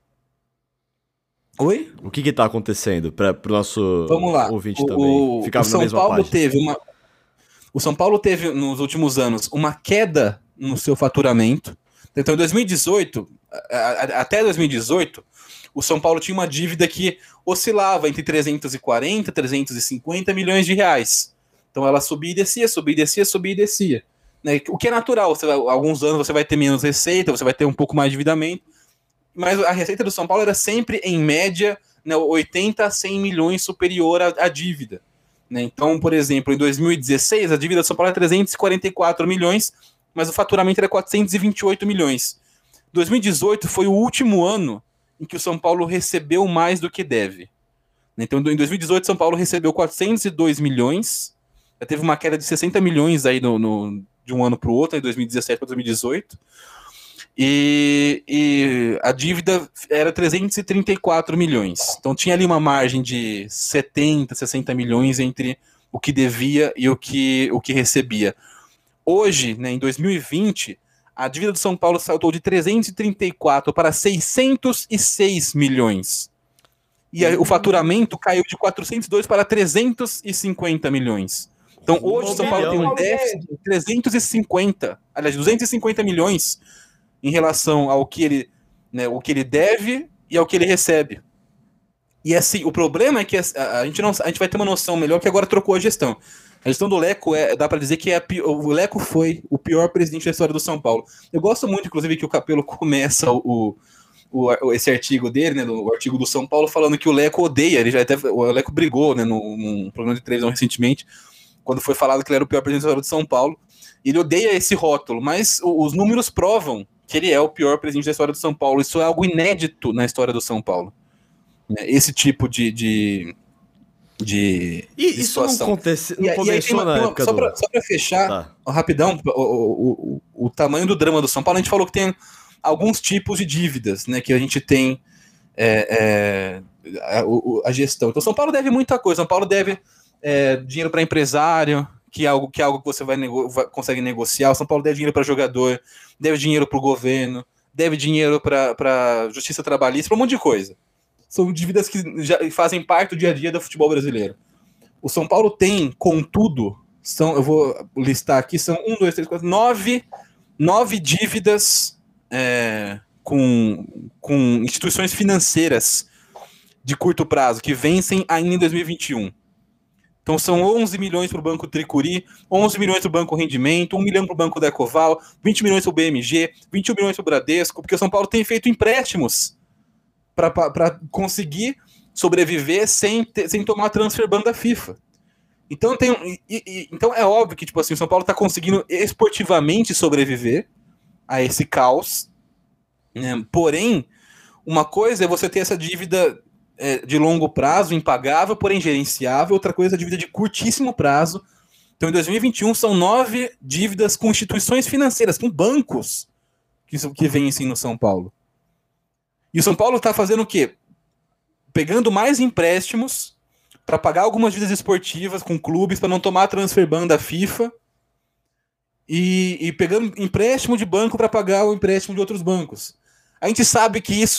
Oi? O que está acontecendo para o nosso ouvinte também ficar na mesma página? O São Paulo teve, nos últimos anos, uma queda no seu faturamento. Então, em 2018, até 2018, o São Paulo tinha uma dívida que oscilava entre 340 e 350 milhões de reais. Então ela subia e descia, subia e descia, subia e descia. Né? O que é natural, alguns anos você vai ter menos receita, você vai ter um pouco mais de endividamento, mas a receita do São Paulo era sempre, em média, né, 80 a 100 milhões superior à dívida. Né? Então, por exemplo, em 2016, a dívida do São Paulo era 344 milhões, mas o faturamento era 428 milhões. 2018 foi o último ano em que o São Paulo recebeu mais do que deve. Então, em 2018, São Paulo recebeu 402 milhões, já teve uma queda de 60 milhões aí de um ano para o outro, em 2017 para 2018, e a dívida era 334 milhões. Então, tinha ali uma margem de 70, 60 milhões entre o que devia e o que recebia. Hoje, né, em 2020, a dívida do São Paulo saltou de 334 para 606 milhões. E o faturamento caiu de 402 para 350 milhões. Então, hoje o São Paulo tem um déficit de 350, aliás, 250 milhões em relação ao que ele, né, o que ele deve e ao que ele recebe. E assim, o problema é que a gente vai ter uma noção melhor que agora trocou a gestão. A gestão do Leco, dá para dizer que o Leco foi o pior presidente da história do São Paulo. Eu gosto muito, inclusive, que o Capello começa esse artigo dele, né, o artigo do São Paulo, falando que o Leco odeia, o Leco brigou, né, num programa de televisão recentemente, quando foi falado que ele era o pior presidente da história do São Paulo. Ele odeia esse rótulo, mas os números provam que ele é o pior presidente da história do São Paulo. Isso é algo inédito na história do São Paulo. Esse tipo de isso situação. não começou na época só para fechar, rapidão, o tamanho do drama do São Paulo, a gente falou que tem alguns tipos de dívidas, né, que a gente tem a gestão. Então, São Paulo deve muita coisa. São Paulo deve dinheiro para empresário, que é algo que você consegue negociar. O São Paulo deve dinheiro para jogador, deve dinheiro para o governo, deve dinheiro para justiça trabalhista, para um monte de coisa. São dívidas que já fazem parte do dia a dia do futebol brasileiro. O São Paulo tem, contudo, eu vou listar aqui, são 1, 2, 3, 4, 9 dívidas com instituições financeiras de curto prazo, que vencem ainda em 2021. Então são 11 milhões para o Banco Tricuri, 11 milhões para o Banco Rendimento, 1 milhão para o Banco da Ecoval, 20 milhões para o BMG, 21 milhões para o Bradesco, porque o São Paulo tem feito empréstimos para conseguir sobreviver sem tomar transfer ban da FIFA. Então, então é óbvio que tipo assim, o São Paulo está conseguindo esportivamente sobreviver a esse caos, né? Porém, uma coisa é você ter essa dívida de longo prazo, impagável, porém gerenciável. Outra coisa é a dívida de curtíssimo prazo. Então, em 2021, são 9 dívidas com instituições financeiras, com bancos que vencem no São Paulo. E o São Paulo está fazendo o quê? Pegando mais empréstimos para pagar algumas dívidas esportivas com clubes, para não tomar transfer ban da FIFA, e pegando empréstimo de banco para pagar o empréstimo de outros bancos. A gente sabe que isso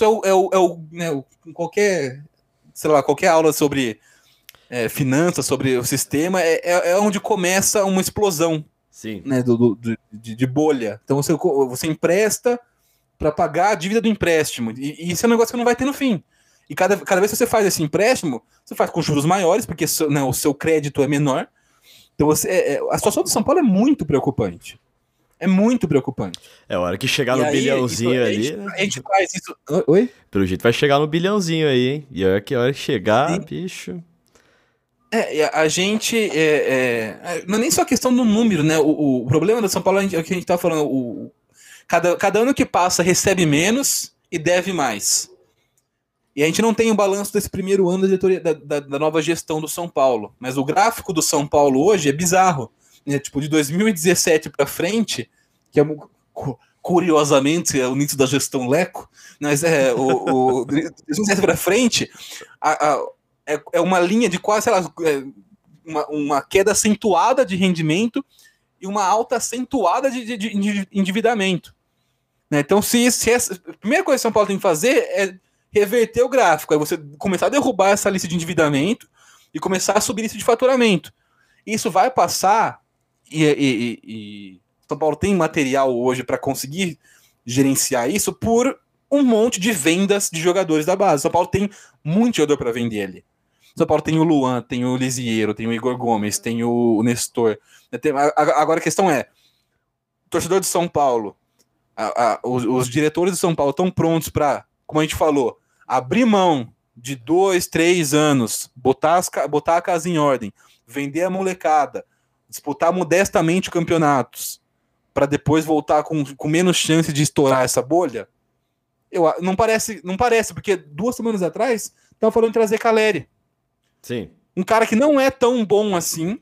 qualquer aula sobre finanças, sobre o sistema, é onde começa uma explosão. Sim. Né, de bolha. Então você empresta para pagar a dívida do empréstimo. E isso é um negócio que não vai ter no fim. E cada vez que você faz esse empréstimo, você faz com juros maiores, porque o seu crédito é menor. Então a situação do São Paulo é muito preocupante. É muito preocupante. A hora que chegar no bilhãozinho ali... A gente faz isso... Oi? Pelo jeito vai chegar no bilhãozinho aí, hein? E a hora que chegar, bicho... A gente... não é nem só a questão do número, né? O problema do São Paulo é o que a gente tá falando. Cada ano que passa recebe menos e deve mais. E a gente não tem o balanço desse primeiro ano da diretoria, da nova gestão do São Paulo. Mas o gráfico do São Paulo hoje é bizarro. Né? Tipo, de 2017 para frente, que é curiosamente é o início da gestão Leco, mas de 2017 para frente, é uma linha de quase, sei lá, uma queda acentuada de rendimento e uma alta acentuada de endividamento. Né? Então, a primeira coisa que São Paulo tem que fazer é reverter o gráfico, é você começar a derrubar essa lista de endividamento e começar a subir a lista de faturamento. Isso vai passar, e São Paulo tem material hoje para conseguir gerenciar isso por um monte de vendas de jogadores da base. São Paulo tem muito jogador para vender ali. São Paulo tem o Luan, tem o Lisieiro, tem o Igor Gomes, tem o Nestor. Agora a questão é, o torcedor de São Paulo, os diretores de São Paulo estão prontos para, como a gente falou, abrir mão de 2, 3 anos, botar a casa em ordem, vender a molecada, disputar modestamente campeonatos, para depois voltar com menos chance de estourar essa bolha? Não parece, porque 2 semanas atrás estavam falando de trazer Calleri. Sim. Um cara que não é tão bom assim,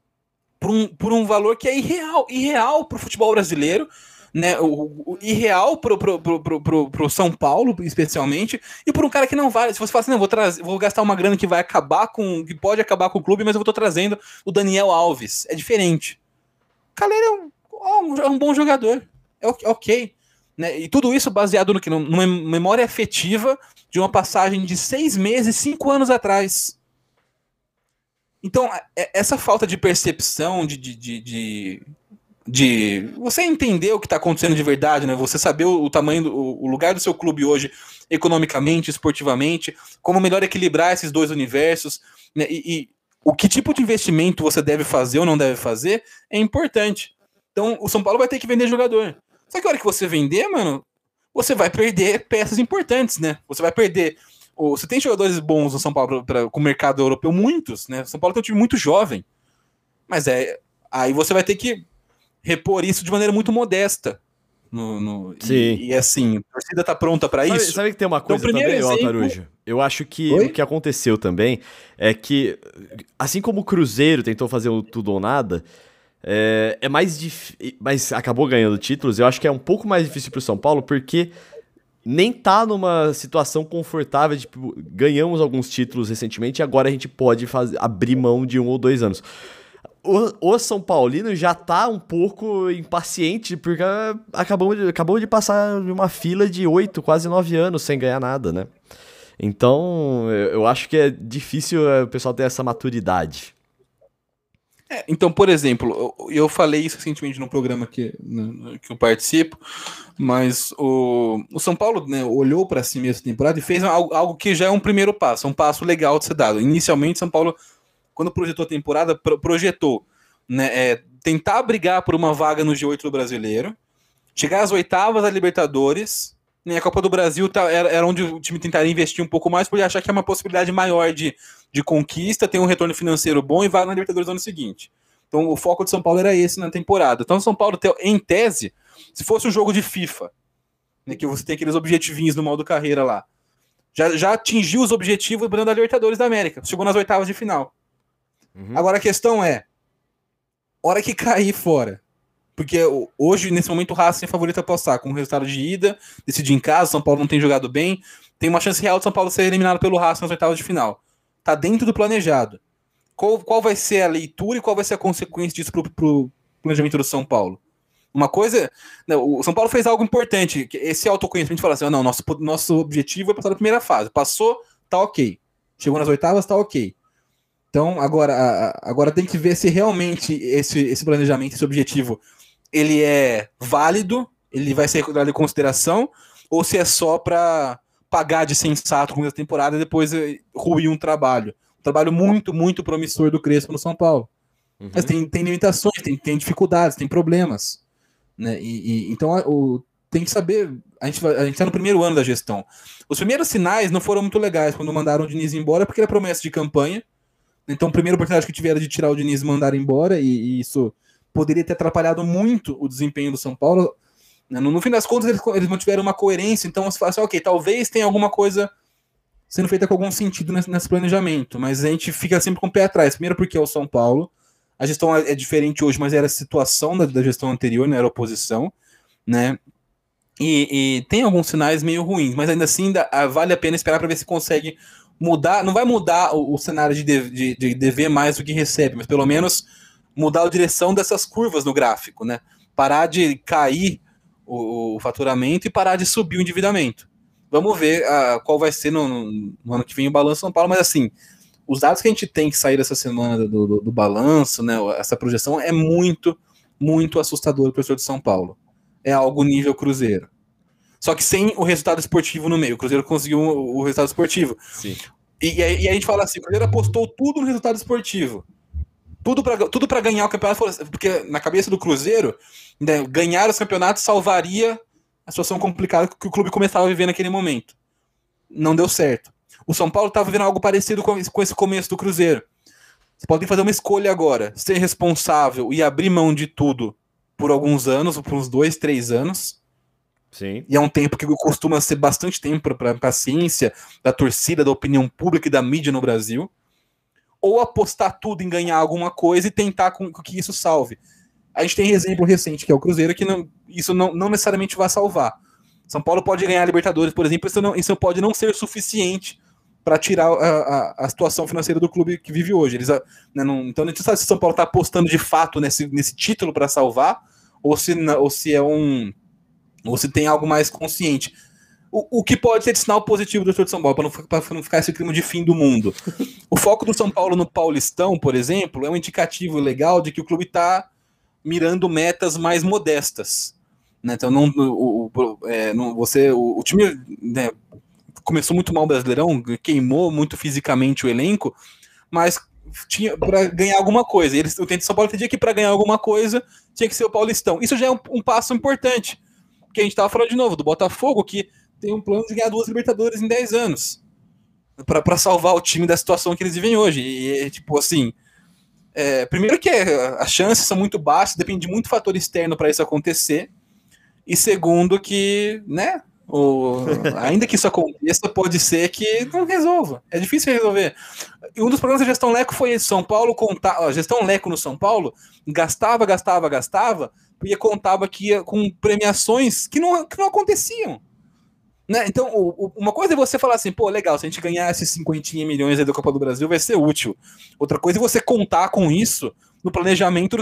por um valor que é irreal pro futebol brasileiro, né? Irreal pro São Paulo, especialmente, e por um cara que não vale. Se você fala assim, não, vou gastar uma grana que pode acabar com o clube, mas eu tô trazendo o Daniel Alves. É diferente. O Calleri é um bom jogador. É ok. Né? E tudo isso baseado numa memória afetiva de uma passagem de 6 meses, 5 anos atrás. Então, essa falta de percepção, de você entender o que está acontecendo de verdade, né? Você saber o tamanho, o lugar do seu clube hoje, economicamente, esportivamente, como melhor equilibrar esses dois universos, né? E o que tipo de investimento você deve fazer ou não deve fazer é importante. Então, o São Paulo vai ter que vender jogador. Só que a hora que você vender, mano, você vai perder peças importantes, né? Você vai perder. Você tem jogadores bons no São Paulo com o mercado europeu, muitos, né? O São Paulo tem um time muito jovem. Mas aí você vai ter que repor isso de maneira muito modesta. Sim. E assim, a torcida tá pronta para isso. Sabe que tem uma coisa também, Altarujo? Eu acho que o que aconteceu também é que, assim como o Cruzeiro tentou fazer o tudo ou nada, é mais difícil, mas acabou ganhando títulos. Eu acho que é um pouco mais difícil pro São Paulo, porque nem tá numa situação confortável, tipo, ganhamos alguns títulos recentemente e agora a gente pode abrir mão de 1 ou 2 anos. O São Paulino já tá um pouco impaciente, porque acabou de passar uma fila de 8, quase 9 anos sem ganhar nada, né? Então, eu acho que é difícil o pessoal ter essa maturidade. Então, por exemplo, eu falei isso recentemente num programa que eu participo, mas o São Paulo, né, olhou para si mesmo essa temporada e fez algo que já é um primeiro passo, um passo legal de ser dado. Inicialmente, São Paulo, quando projetou a temporada, projetou, né, tentar brigar por uma vaga no G8 do Brasileiro, chegar às oitavas da Libertadores, né, a Copa do Brasil era onde o time tentaria investir um pouco mais, porque achar que é uma possibilidade maior de conquista, tem um retorno financeiro bom e vai na Libertadores no ano seguinte. Então o foco de São Paulo era esse na temporada. Então São Paulo, em tese, se fosse um jogo de FIFA, né, que você tem aqueles objetivinhos no modo carreira lá, já atingiu os objetivos da Libertadores da América, chegou nas oitavas de final. Uhum. Agora a questão é, hora que cair fora, porque hoje, nesse momento, o Racing é favorito a passar, com o resultado de ida, decidir em casa, São Paulo não tem jogado bem, tem uma chance real de São Paulo ser eliminado pelo Racing nas oitavas de final. Tá dentro do planejado. Qual vai ser a leitura e qual vai ser a consequência disso pro planejamento do São Paulo? Uma coisa... Não, o São Paulo fez algo importante, esse autoconhecimento de falar assim, não, nosso objetivo é passar da primeira fase. Passou, tá ok. Chegou nas oitavas, tá ok. Então, agora tem que ver se realmente esse planejamento, esse objetivo, ele é válido, ele vai ser dado em consideração, ou se é só para pagar de sensato com a temporada e depois ruir um trabalho. Um trabalho muito, muito promissor do Crespo no São Paulo. Uhum. Mas tem limitações, tem dificuldades, tem problemas. Né? Então tem que saber. A gente está no primeiro ano da gestão. Os primeiros sinais não foram muito legais quando mandaram o Diniz embora, porque era promessa de campanha. Então, a primeira oportunidade que tiveram de tirar o Diniz e mandar embora, e isso poderia ter atrapalhado muito o desempenho do São Paulo. No fim das contas, eles mantiveram uma coerência, então você fala assim, ok, talvez tenha alguma coisa sendo feita com algum sentido nesse planejamento, mas a gente fica sempre com o pé atrás. Primeiro porque é o São Paulo, a gestão é diferente hoje, mas era a situação da gestão anterior, não era a oposição, né? E tem alguns sinais meio ruins, mas ainda assim vale a pena esperar para ver se consegue mudar. Não vai mudar o cenário de dever mais do que recebe, mas pelo menos mudar a direção dessas curvas no gráfico, né? Parar de cair o faturamento e parar de subir o endividamento. Vamos ver qual vai ser no ano que vem o balanço São Paulo, mas assim, os dados que a gente tem que sair dessa semana do balanço, né, essa projeção é muito, muito assustador para o professor de São Paulo. É algo nível Cruzeiro. Só que sem o resultado esportivo no meio. O Cruzeiro conseguiu o resultado esportivo. Sim. E aí a gente fala assim, o Cruzeiro apostou tudo no resultado esportivo. Tudo para ganhar o campeonato, porque na cabeça do Cruzeiro, né, ganhar os campeonatos salvaria a situação complicada que o clube começava a viver naquele momento. Não deu certo. O São Paulo estava vivendo algo parecido com esse começo do Cruzeiro. Você pode fazer uma escolha agora, ser responsável e abrir mão de tudo por alguns anos, por uns 2, 3 anos, Sim. E é um tempo que costuma ser bastante tempo para a paciência da torcida, da opinião pública e da mídia no Brasil. Ou apostar tudo em ganhar alguma coisa e tentar que isso salve. A gente tem exemplo recente, que é o Cruzeiro, que isso não necessariamente vai salvar. São Paulo pode ganhar a Libertadores, por exemplo, isso pode não ser suficiente para tirar a situação financeira do clube que vive hoje. Então a gente não sabe se São Paulo está apostando de fato nesse título para salvar, ou se tem algo mais consciente. O que pode ser de sinal positivo do torcedor de São Paulo, para não ficar esse clima de fim do mundo. O foco do São Paulo no Paulistão, por exemplo, é um indicativo legal de que o clube está mirando metas mais modestas. Né? Então, o time, né, começou muito mal o Brasileirão, queimou muito fisicamente o elenco, mas tinha para ganhar alguma coisa. O Tente São Paulo entendia que para ganhar alguma coisa tinha que ser o Paulistão. Isso já é um passo importante. Porque a gente estava falando de novo do Botafogo, que tem um plano de ganhar 2 Libertadores em 10 anos para salvar o time da situação que eles vivem hoje. E tipo assim, primeiro que as chances são muito baixas, depende de muito fator externo para isso acontecer. E segundo que, né, ainda que isso aconteça, pode ser que não resolva. É difícil resolver. E um dos problemas da gestão Leco foi esse. São Paulo a gestão Leco no São Paulo gastava, porque contava que ia com premiações que não aconteciam. Né? Então, uma coisa é você falar assim, pô, legal, se a gente ganhar esses 50 milhões aí da Copa do Brasil vai ser útil. Outra coisa é você contar com isso no planejamento,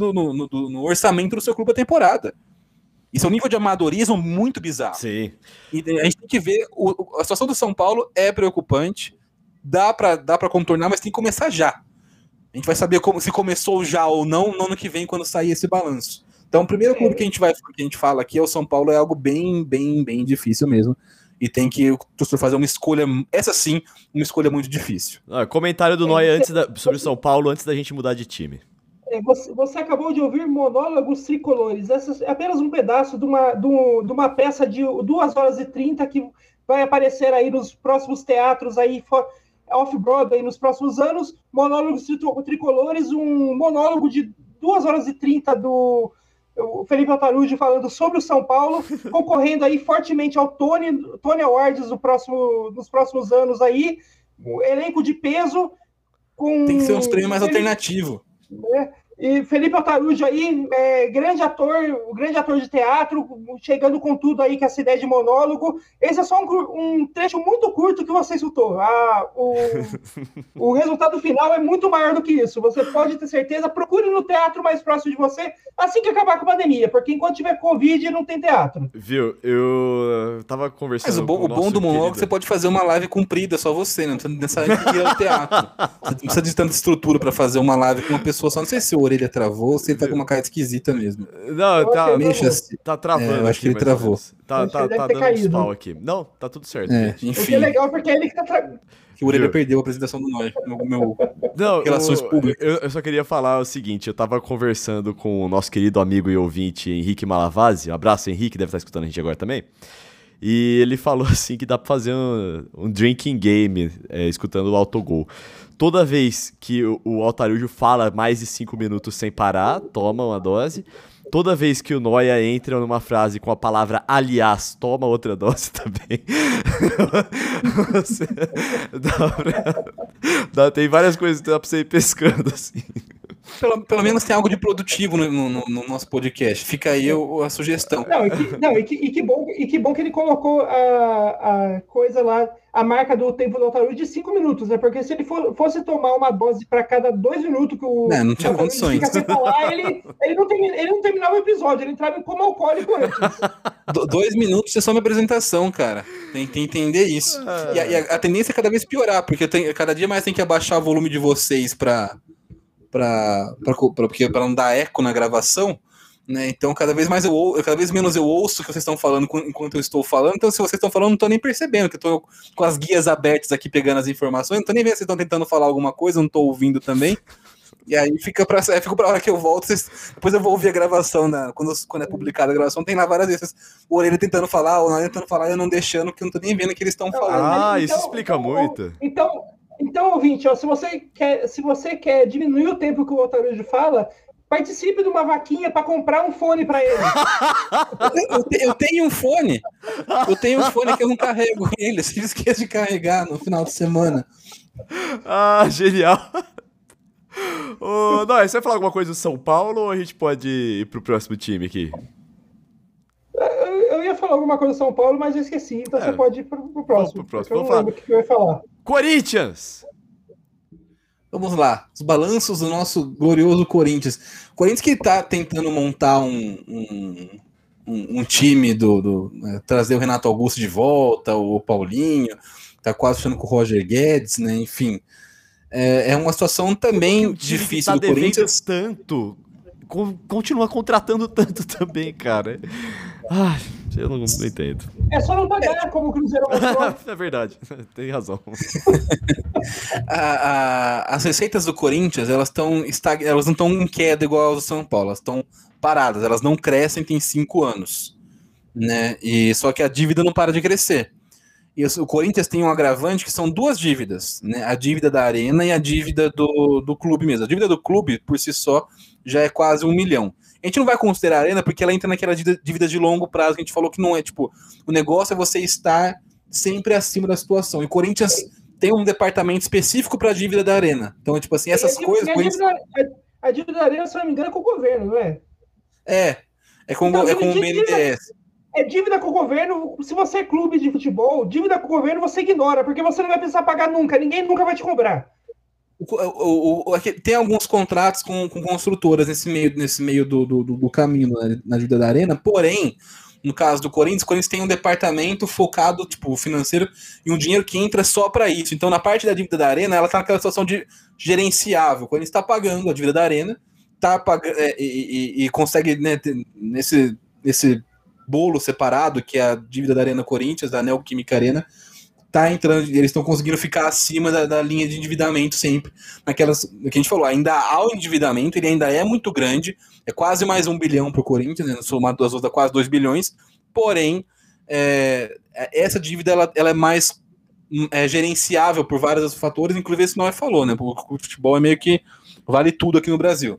no orçamento do seu clube da temporada. Isso é um nível de amadorismo muito bizarro. Sim. E a gente tem que ver, a situação do São Paulo é preocupante, dá pra contornar, mas tem que começar já. A gente vai saber se começou já ou não no ano que vem, quando sair esse balanço. Então, o primeiro clube que a gente fala aqui é o São Paulo, é algo bem, bem, bem difícil mesmo. E tem que o torcedor fazer uma escolha, essa sim, uma escolha muito difícil. Comentário do Noia sobre o São Paulo antes da gente mudar de time. Você acabou de ouvir monólogos tricolores. Essa é apenas um pedaço de uma peça de 2 horas e 30 que vai aparecer aí nos próximos teatros aí off-Broadway nos próximos anos. Monólogos tricolores, um monólogo de 2 horas e 30 do Felipe Altarujo falando sobre o São Paulo, concorrendo aí fortemente ao Tony Awards nos próximos anos aí. Um elenco de peso. Tem que ser um prêmio mais alternativo. E Felipe Altarujo aí, grande ator de teatro, chegando com tudo aí com essa ideia de monólogo. Esse é só um trecho muito curto que você escutou. O resultado final é muito maior do que isso. Você pode ter certeza, procure no teatro mais próximo de você assim que acabar com a pandemia, porque enquanto tiver Covid não tem teatro. Viu, eu tava conversando. Mas o bom do monólogo, você pode fazer uma live comprida, só você, não precisa necessariamente ir ao teatro. Você não precisa de tanta estrutura pra fazer uma live com uma pessoa só. Não sei se o orelha travou ou se ele tá com uma cara esquisita mesmo. Não, tá travando. Eu acho que ele travou. Tá dando uns pau aqui. Não, tá tudo certo. Enfim. O que é legal porque é ele que tá que o Orelha perdeu a apresentação do Nós, Relações Públicas. Eu só queria falar o seguinte, eu tava conversando com o nosso querido amigo e ouvinte Henrique Malavasi, um abraço Henrique, deve estar escutando a gente agora também, e ele falou assim que dá pra fazer um drinking game, escutando o autogol. Toda vez que o Altarujo fala mais de 5 minutos sem parar, toma uma dose. Toda vez que o Noia entra numa frase com a palavra aliás, toma outra dose também. Tem várias coisas que dá pra você ir pescando, assim. Pelo menos tem algo de produtivo no nosso podcast. Fica aí a sugestão. E que bom que ele colocou a coisa lá, a marca do tempo do Altarujo de 5 minutos, né? Porque se ele fosse tomar uma dose para cada 2 minutos que o não tinha condições. Fica sem falar, ele não terminava o episódio, ele entrava em coma alcoólico antes. 2 minutos é só uma apresentação, cara. Tem que entender isso. E a tendência é cada vez piorar, porque cada dia mais tem que abaixar o volume de vocês para não dar eco na gravação, né? Então cada vez menos eu ouço o que vocês estão falando enquanto eu estou falando. Então se vocês estão falando, não estou nem percebendo, que eu estou com as guias abertas aqui pegando as informações, não estou nem vendo se vocês estão tentando falar alguma coisa, não estou ouvindo também. E aí fico pra hora que eu volto, depois eu vou ouvir a gravação, quando é publicada a gravação, tem lá várias vezes o Orelha tentando falar, ou não tentando falar, eu não deixando, porque eu não estou nem vendo o que eles estão falando. Isso explica muito. Então, ouvinte, ó, se você quer diminuir o tempo que o Altarujo fala, Participe de uma vaquinha para comprar um fone para ele. Eu tenho um fone. Eu tenho um fone que eu não carrego ele. Eu esqueço de carregar no final de semana. Ah, genial. Não, você vai falar alguma coisa do São Paulo ou a gente pode ir pro próximo time aqui? Eu ia falar alguma coisa do São Paulo, mas eu esqueci. Então você pode ir pro próximo. Vamos pro próximo. Eu não lembro o que eu ia falar. Corinthians! Vamos lá. Os balanços do nosso glorioso Corinthians. Corinthians que tá tentando montar um time trazer o Renato Augusto de volta, o Paulinho, tá quase fechando com o Roger Guedes, né? Enfim. É uma situação também difícil do Corinthians. Tanto. Continua contratando tanto também, cara. Ai, eu não entendo. É só não pagar, como o Cruzeiro mostrou. É verdade, tem razão. As receitas do Corinthians, elas não estão em queda igual as do São Paulo, elas estão paradas, elas não crescem tem 5 anos, né? E só que a dívida não para de crescer. E o Corinthians tem um agravante que são 2 dívidas, né? A dívida da Arena e a dívida do clube mesmo. A dívida do clube, por si só, já é quase 1 milhão. A gente não vai considerar a Arena porque ela entra naquela dívida de longo prazo que a gente falou que não é, tipo, o negócio é você estar sempre acima da situação. E o Corinthians tem um departamento específico para a dívida da Arena. Então, tipo assim, essas coisas... A dívida da Arena, se não me engano, é com o governo, não é? É com o BNDES. É dívida com o governo. Se você é clube de futebol, dívida com o governo você ignora, porque você não vai precisar pagar nunca. Ninguém nunca vai te cobrar. Tem alguns contratos com construtoras nesse meio do caminho na dívida da Arena, porém, no caso do Corinthians, o Corinthians tem um departamento focado, tipo, financeiro, e um dinheiro que entra só para isso. Então, na parte da dívida da Arena, ela tá naquela situação de gerenciável. O Corinthians está pagando a dívida da Arena, e consegue, né, nesse bolo separado, que é a dívida da Arena Corinthians, da Neoquímica Arena, tá entrando, eles estão conseguindo ficar acima da linha de endividamento sempre, naquelas que a gente falou, ainda há o endividamento, ele ainda é muito grande, é quase mais 1 bilhão pro Corinthians, né, somado das outras dá quase 2 bilhões, porém, essa dívida ela é mais gerenciável por vários fatores, inclusive esse não falou, né, o futebol é meio que vale tudo aqui no Brasil.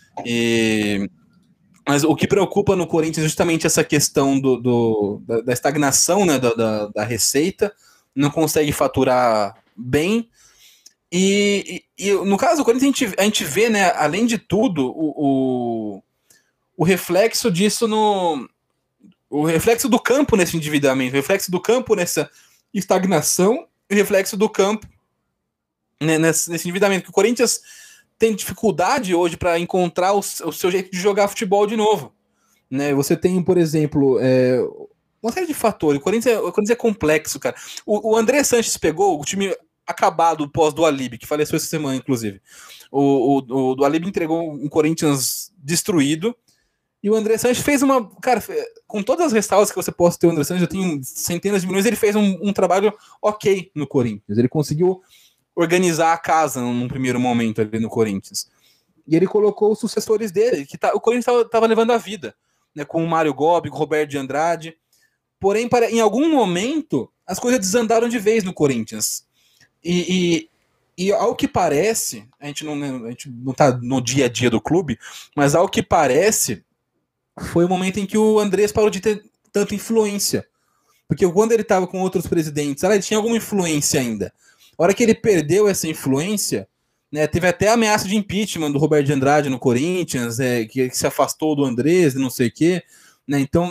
Mas o que preocupa no Corinthians é justamente essa questão da estagnação, né, da receita, não consegue faturar bem. E no caso do Corinthians, a gente vê, né, além de tudo, o reflexo disso o reflexo do campo nesse endividamento, o reflexo do campo nessa estagnação, e o reflexo do campo, né, nesse endividamento. Que o Corinthians tem dificuldade hoje para encontrar o seu jeito de jogar futebol de novo, né? Você tem, por exemplo, uma série de fatores. O Corinthians é complexo, cara. O André Sanches pegou o time acabado pós do Alib, que faleceu essa semana, inclusive. O do Alib entregou um Corinthians destruído, e o André Sanches fez uma... Cara, com todas as ressalvas que você possa ter o André Sanches, eu tenho centenas de milhões, ele fez um trabalho ok no Corinthians. Ele conseguiu organizar a casa num primeiro momento ali no Corinthians. E ele colocou os sucessores dele, que o Corinthians estava levando a vida, né, com o Mário Gobi, com o Roberto de Andrade. Porém, em algum momento, as coisas desandaram de vez no Corinthians. E ao que parece, a gente não tá no dia a dia do clube, mas ao que parece, foi o momento em que o Andrés parou de ter tanta influência. Porque quando ele estava com outros presidentes, ele tinha alguma influência ainda. A hora que ele perdeu essa influência, né, teve até ameaça de impeachment do Roberto de Andrade no Corinthians, que se afastou do Andrés, não sei o quê. Né, então,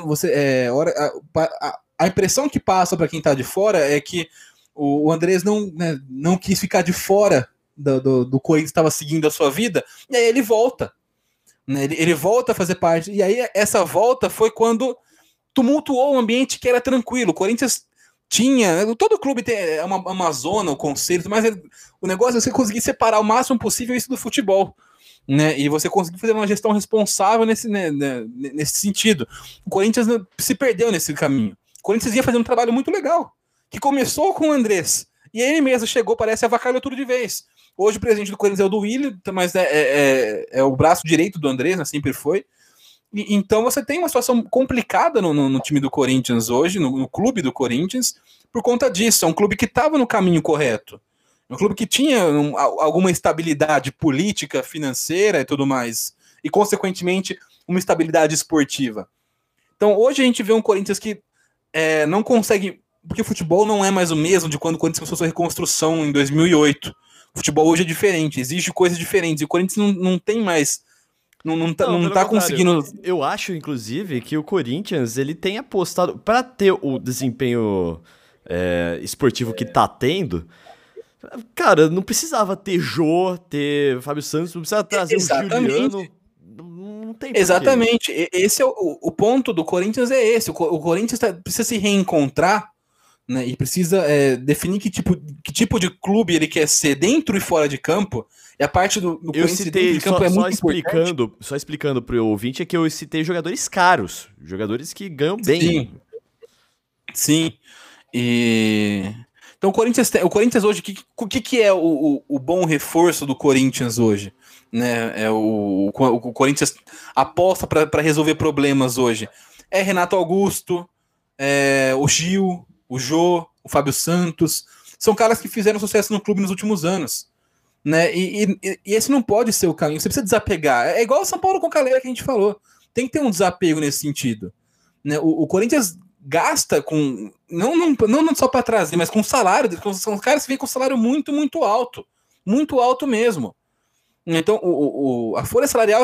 a impressão que passa para quem está de fora é que o Andrés não quis ficar de fora do Corinthians, estava seguindo a sua vida, e aí ele volta. Né, ele volta a fazer parte. E aí essa volta foi quando tumultuou o ambiente que era tranquilo. O Corinthians todo clube tem uma zona, um conselho, mas o negócio é você conseguir separar o máximo possível isso do futebol, né? E você conseguir fazer uma gestão responsável nesse sentido. O Corinthians se perdeu nesse caminho. O Corinthians ia fazendo um trabalho muito legal, que começou com o Andrés, e ele mesmo chegou, parece, avacalhou tudo de vez. Hoje o presidente do Corinthians é o do Willian, mas é o braço direito do Andrés, né? Sempre foi. Então você tem uma situação complicada no time do Corinthians hoje, no clube do Corinthians, por conta disso. É um clube que estava no caminho correto. É um clube que tinha alguma estabilidade política, financeira e tudo mais. e, consequentemente, uma estabilidade esportiva. Então, hoje a gente vê um Corinthians que não consegue... Porque o futebol não é mais o mesmo de quando o Corinthians começou a sua reconstrução em 2008. O futebol hoje é diferente, exige coisas diferentes. E o Corinthians não tem mais... Não tá conseguindo... Eu acho, inclusive, que o Corinthians ele tem apostado... Para ter o desempenho esportivo que tá tendo... Cara, não precisava ter Jô, ter Fábio Santos, não precisava trazer o Juliano... Não tem porquê. Exatamente. Esse é o ponto do Corinthians, é esse. O Corinthians precisa se reencontrar, né, e precisa definir que tipo de clube ele quer ser dentro e fora de campo. E a parte do Corinthians dentro de campo é muito importante. Só explicando pro ouvinte, é que eu citei jogadores caros, jogadores que ganham bem. Sim. Então o Corinthians hoje, o que é o bom reforço do Corinthians hoje? Né? O Corinthians aposta para resolver problemas hoje. É Renato Augusto, o Gil, o Jô, o Fábio Santos. São caras que fizeram sucesso no clube nos últimos anos. Né? E esse não pode ser o caminho. Você precisa desapegar. É igual o São Paulo com o Calera que a gente falou. Tem que ter um desapego nesse sentido. Né? O Corinthians gasta com... Não só para trazer, mas com salário. São caras que vêm com salário muito, muito alto. Muito alto mesmo. Então, a folha salarial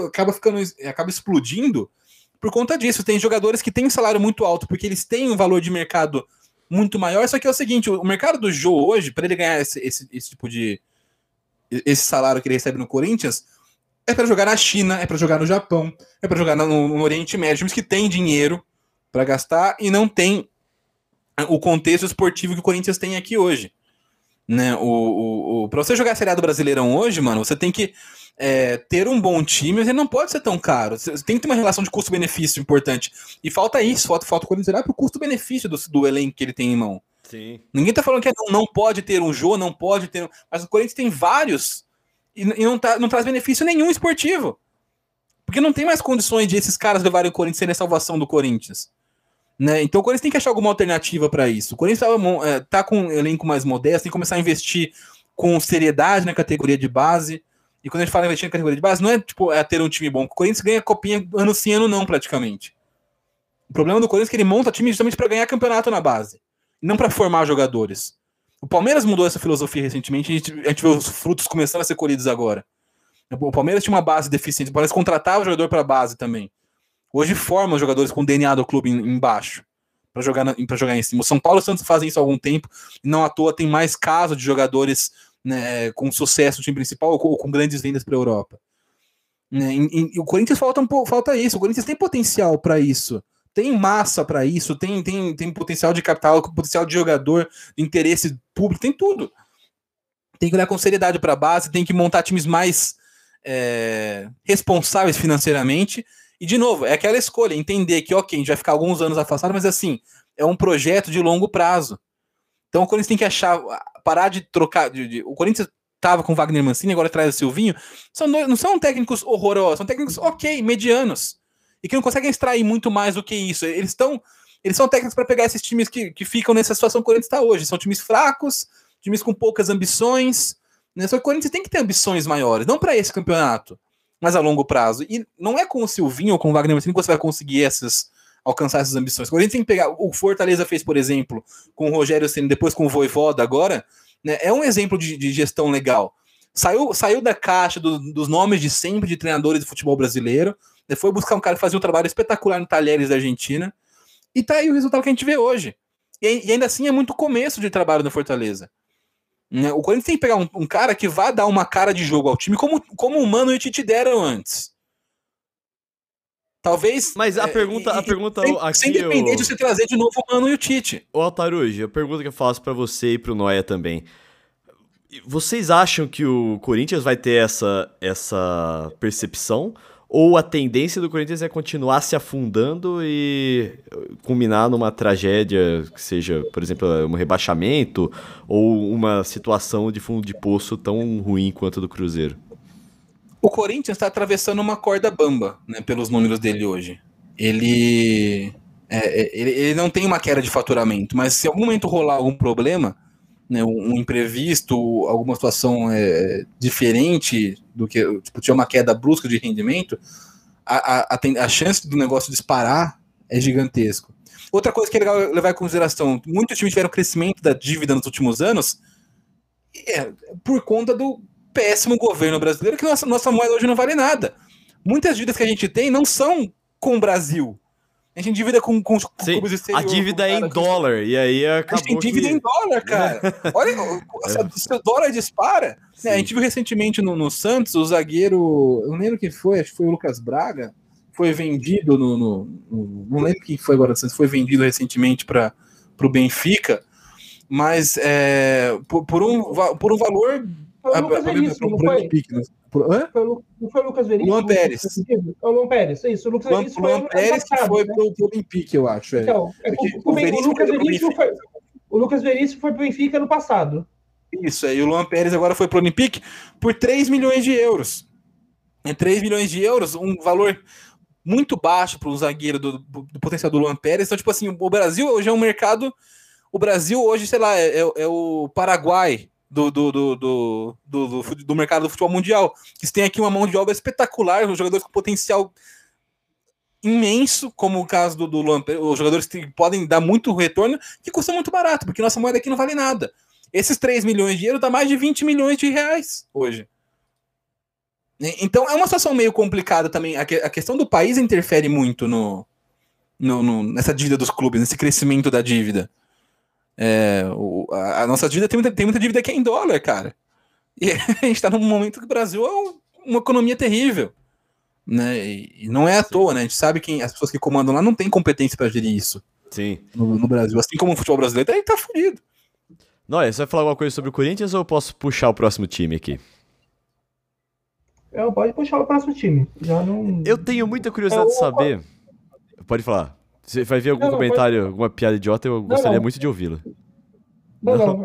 acaba explodindo por conta disso. Tem jogadores que têm um salário muito alto porque eles têm um valor de mercado muito maior. Só que é o seguinte, o mercado do Jô hoje, para ele ganhar esse tipo de... esse salário que ele recebe no Corinthians, é para jogar na China, é para jogar no Japão, é para jogar no Oriente Médio, times que têm dinheiro para gastar e não tem o contexto esportivo que o Corinthians tem aqui hoje. Né? Para você jogar a Série A do Brasileirão hoje, mano, você tem que ter um bom time, mas ele não pode ser tão caro. Você tem que ter uma relação de custo-benefício importante. E falta isso, falta o Corinthians olhar para o custo-benefício do elenco que ele tem em mão. Sim. Ninguém tá falando que não pode ter um Jô, não pode ter... Mas o Corinthians tem vários e não traz benefício nenhum esportivo. Porque não tem mais condições de esses caras levarem o Corinthians serem a salvação do Corinthians. Né? Então o Corinthians tem que achar alguma alternativa para isso. O Corinthians tá com um elenco mais modesto, tem que começar a investir com seriedade na categoria de base. E quando a gente fala em investir na categoria de base, não é tipo ter um time bom. O Corinthians ganha copinha ano sim, ano não, praticamente. O problema do Corinthians é que ele monta time justamente para ganhar campeonato na base, não para formar jogadores. O Palmeiras mudou essa filosofia recentemente, a gente vê os frutos começando a ser colhidos agora. O Palmeiras tinha uma base deficiente, o Palmeiras contratava o jogador para a base também. Hoje forma os jogadores com o DNA do clube embaixo, para jogar em cima. O São Paulo e o Santos fazem isso há algum tempo, e não à toa tem mais casos de jogadores, né, com sucesso no time principal ou com grandes vendas para a Europa. Né, e o Corinthians falta isso, o Corinthians tem potencial para isso. Tem massa para isso, tem potencial de capital, potencial de jogador, de interesse público, tem tudo. Tem que olhar com seriedade para a base, tem que montar times mais responsáveis financeiramente. E, de novo, é aquela escolha, entender que, ok, a gente vai ficar alguns anos afastado, mas, assim, é um projeto de longo prazo. Então, o Corinthians tem que parar de trocar... O Corinthians estava com o Wagner Mancini, agora traz o Silvinho. Não são técnicos horrorosos, são técnicos, ok, medianos. E que não conseguem extrair muito mais do que isso. Eles são técnicos para pegar esses times que ficam nessa situação que o Corinthians está hoje. São times fracos, times com poucas ambições. Né? Só que o Corinthians tem que ter ambições maiores, não para esse campeonato, mas a longo prazo. E não é com o Silvinho ou com o Wagner Mancini que você vai conseguir alcançar essas ambições. O Corinthians tem que pegar... O Fortaleza fez, por exemplo, com o Rogério Ceni, depois com o Vojvoda agora, né? É um exemplo de gestão legal. Saiu da caixa dos nomes de sempre de treinadores de futebol brasileiro, foi buscar um cara que fazia um trabalho espetacular no Talheres da Argentina, e tá aí o resultado que a gente vê hoje. E ainda assim é muito começo de trabalho no Fortaleza. O Corinthians tem que pegar um cara que vá dar uma cara de jogo ao time, como o Mano e o Tite deram antes. Talvez... Mas a pergunta aqui... Sem depender de você trazer de novo o Mano e o Tite. Ô, Altarujo, a pergunta que eu faço pra você e pro Noia também. Vocês acham que o Corinthians vai ter essa percepção? Ou a tendência do Corinthians é continuar se afundando e culminar numa tragédia, que seja, por exemplo, um rebaixamento ou uma situação de fundo de poço tão ruim quanto a do Cruzeiro? O Corinthians está atravessando uma corda bamba, né, pelos números dele hoje. Ele não tem uma queda de faturamento, mas se em algum momento rolar algum problema, né, um imprevisto, alguma situação diferente do que, tipo, tinha uma queda brusca de rendimento, a chance do negócio disparar é gigantesco. Outra coisa que é legal levar em consideração, muitos times tiveram crescimento da dívida nos últimos anos por conta do péssimo governo brasileiro, que nossa moeda hoje não vale nada. Muitas dívidas que a gente tem não são com o Brasil. A gente tem dívida com clubes exteriores. A dívida é em dólar, e aí acabou. A gente tem dívida em dólar, cara. Olha, se o dólar dispara. Né, a gente viu recentemente no Santos, o zagueiro, eu não lembro quem foi, acho que foi o Lucas Braga, foi vendido não lembro quem foi agora, foi vendido recentemente para o Benfica, mas por um valor. Foi o Lucas Veríssimo, não foi? Não foi o Lucas Veríssimo? Luan Pérez. O Luan Pérez, isso. O Lucas Veríssimo foi ano Pérez passado, que foi pro Olympique, eu acho. Então, o Lucas Veríssimo foi pro Benfica ano passado. Isso, e o Luan Pérez agora foi pro Olympique por 3 milhões de euros. 3 milhões de euros, um valor muito baixo para um zagueiro do potencial do Luan Pérez. Então, tipo assim, o Brasil hoje é um mercado. O Brasil hoje, sei lá, é o Paraguai do mercado do futebol mundial. Eles têm aqui uma mão de obra espetacular, jogadores com potencial imenso, como o caso do Luan Pérez, os jogadores que podem dar muito retorno, que custa muito barato, porque nossa moeda aqui não vale nada. Esses 3 milhões de euros dá mais de 20 milhões de reais hoje. Então é uma situação meio complicada também. A questão do país interfere muito nessa dívida dos clubes, nesse crescimento da dívida. A nossa dívida tem muita dívida que é em dólar, cara. E a gente está num momento que o Brasil é uma economia terrível. Né? E não é à toa, né? A gente sabe que as pessoas que comandam lá não têm competência para gerir isso. Sim. No Brasil. Assim como o futebol brasileiro, aí tá fudido. Noia, você vai falar alguma coisa sobre o Corinthians ou eu posso puxar o próximo time aqui? Pode puxar o próximo time. Já não... Eu tenho muita curiosidade de saber. Pode falar. Você vai ver algum comentário, alguma piada idiota, eu gostaria muito de ouvi-la. Não.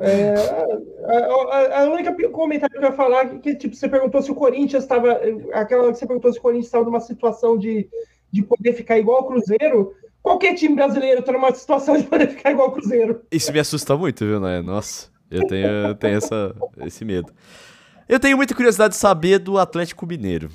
A única comentário que eu ia falar é que tipo, você perguntou se o Corinthians estava. Aquela que você perguntou se o Corinthians estava numa situação de poder ficar igual ao Cruzeiro. Qualquer time brasileiro está numa situação de poder ficar igual ao Cruzeiro. Isso me assusta muito, viu, né? Nossa, eu tenho esse medo. Eu tenho muita curiosidade de saber do Atlético Mineiro.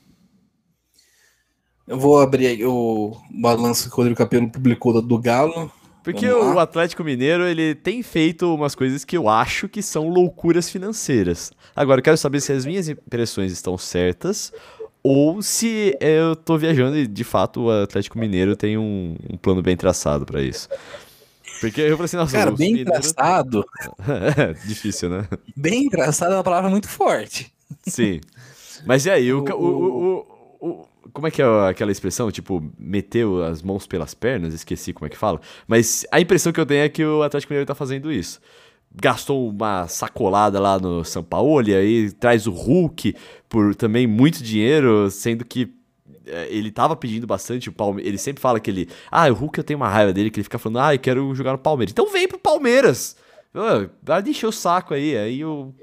Eu vou abrir aí o balanço que o Rodrigo Capello publicou do Galo. Porque o Atlético Mineiro, ele tem feito umas coisas que eu acho que são loucuras financeiras. Agora, eu quero saber se as minhas impressões estão certas ou se eu tô viajando e, de fato, o Atlético Mineiro tem um plano bem traçado pra isso. Porque eu falei assim, nossa... Cara, bem traçado... Difícil, né? Bem traçado é uma palavra muito forte. Sim. Mas e aí, como é que é aquela expressão? Tipo, meteu as mãos pelas pernas? Esqueci como é que fala. Mas a impressão que eu tenho é que o Atlético Mineiro tá fazendo isso. Gastou uma sacolada lá no Sampaoli, aí traz o Hulk por também muito dinheiro, sendo que ele tava pedindo bastante o Palmeiras. Ele sempre fala que ele... o Hulk eu tenho uma raiva dele, que ele fica falando, eu quero jogar no Palmeiras. Então vem pro Palmeiras! Vai encher o saco aí. Aí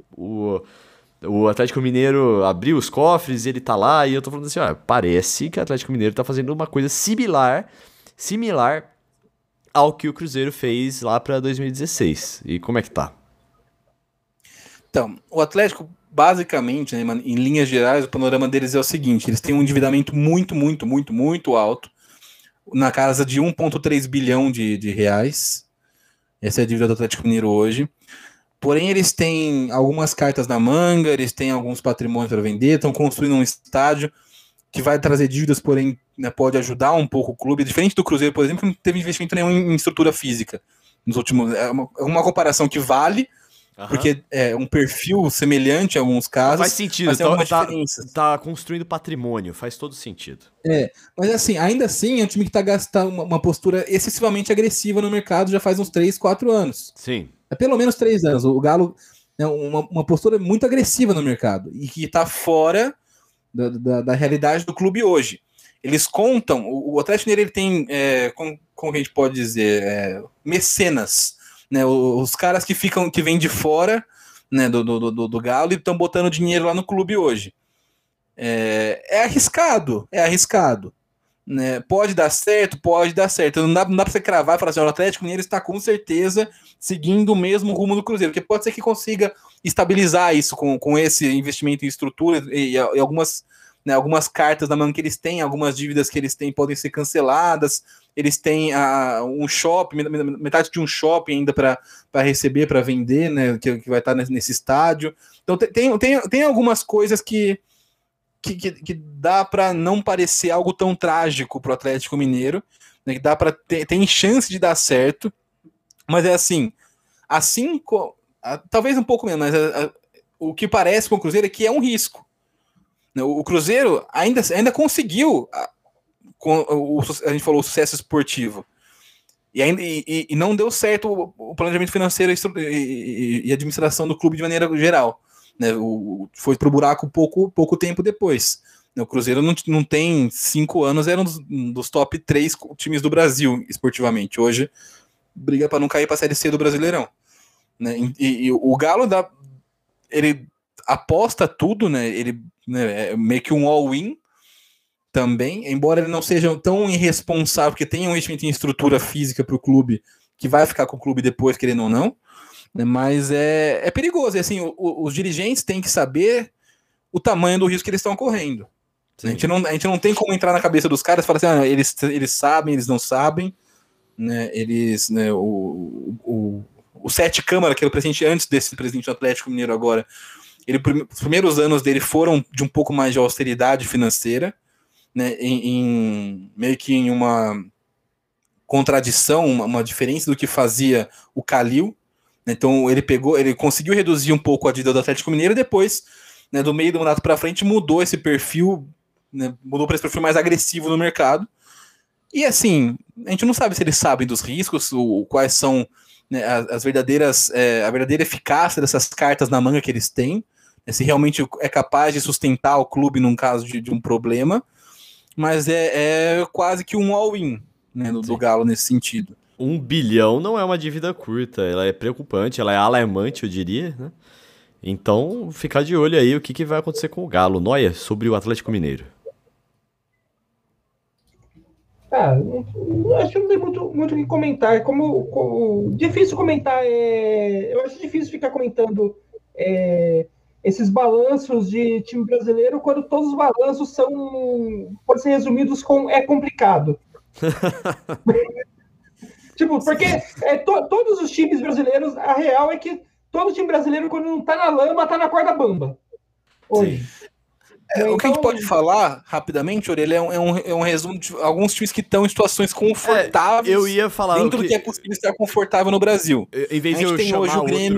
o Atlético Mineiro abriu os cofres, ele tá lá, e eu tô falando assim, parece que o Atlético Mineiro tá fazendo uma coisa similar ao que o Cruzeiro fez lá pra 2016. E como é que tá? Então, o Atlético, basicamente, né, em linhas gerais, o panorama deles é o seguinte, eles têm um endividamento muito, muito, muito, muito alto, na casa de 1,3 bilhão de reais. Essa é a dívida do Atlético Mineiro hoje. Porém, eles têm algumas cartas na manga, eles têm alguns patrimônios para vender, estão construindo um estádio que vai trazer dívidas, porém, né, pode ajudar um pouco o clube. Diferente do Cruzeiro, por exemplo, que não teve investimento nenhum em estrutura física. Nos últimos, é uma comparação que vale, porque é um perfil semelhante em alguns casos. Faz sentido, tá construindo patrimônio, faz todo sentido. Mas assim, ainda assim, é um time que está gastando uma postura excessivamente agressiva no mercado já faz uns 3, 4 anos. Sim. É pelo menos 3 anos. O Galo é uma postura muito agressiva no mercado e que está fora da realidade do clube hoje. Eles contam, o Atlético Mineiro ele tem, como a gente pode dizer, mecenas, né? Os caras que vêm de fora, né, do Galo e estão botando dinheiro lá no clube hoje. É arriscado. né? Pode dar certo, pode dar certo. Não dá para você cravar e falar assim, o Atlético Mineiro está com certeza seguindo o mesmo rumo do Cruzeiro, porque pode ser que consiga estabilizar isso com esse investimento em estrutura e algumas, né, algumas cartas na mão que eles têm, algumas dívidas que eles têm podem ser canceladas, eles têm um shopping, metade de um shopping ainda para receber, para vender, né, que vai estar nesse estádio. Então tem algumas coisas que dá para não parecer algo tão trágico para o Atlético Mineiro, né, que dá para tem chance de dar certo, mas é assim talvez um pouco menos, mas o que parece com o Cruzeiro é que é um risco. O Cruzeiro ainda conseguiu, a gente falou, o sucesso esportivo, e não deu certo o planejamento financeiro e administração do clube de maneira geral. Né, foi pro buraco pouco tempo depois. O Cruzeiro não tem 5 anos, era um dos top 3 times do Brasil esportivamente. Hoje briga para não cair para a Série C do Brasileirão. Né, e o Galo ele aposta tudo, né, ele, né, é meio que um all-in também, embora ele não seja tão irresponsável, porque tem um investimento em estrutura física para o clube, que vai ficar com o clube depois, querendo ou não. Mas é perigoso, e assim, os dirigentes têm que saber o tamanho do risco que eles estão correndo. A gente não tem como entrar na cabeça dos caras e falar assim, eles sabem, eles não sabem, né, eles, né, o Sete Câmara, que era o presidente antes desse presidente do Atlético Mineiro agora, os primeiros anos dele foram de um pouco mais de austeridade financeira, né, meio que em uma contradição, uma diferença do que fazia o Calil. Então ele conseguiu reduzir um pouco a dívida do Atlético Mineiro e depois, né, do meio do mandato para frente, mudou esse perfil, né, mudou para esse perfil mais agressivo no mercado. E assim, a gente não sabe se eles sabem dos riscos, quais são, né, a verdadeira eficácia dessas cartas na manga que eles têm, né, se realmente é capaz de sustentar o clube num caso de um problema, mas é quase que um all-in, né, do Galo nesse sentido. 1 bilhão não é uma dívida curta, ela é preocupante, ela é alarmante, eu diria, né? Então, ficar de olho aí o que vai acontecer com o Galo. Noia, sobre o Atlético Mineiro. Acho que não tem muito o que comentar. Difícil comentar, eu acho difícil ficar comentando esses balanços de time brasileiro quando todos os balanços podem ser resumidos com é complicado. Tipo, porque todos os times brasileiros, a real é que todo time brasileiro, quando não tá na lama, tá na corda bamba. Hoje. O que a gente pode falar, rapidamente, Orelha, é um resumo de alguns times que estão em situações confortáveis. Eu ia falar dentro do que é possível estar confortável no Brasil. Em vez de eu chamar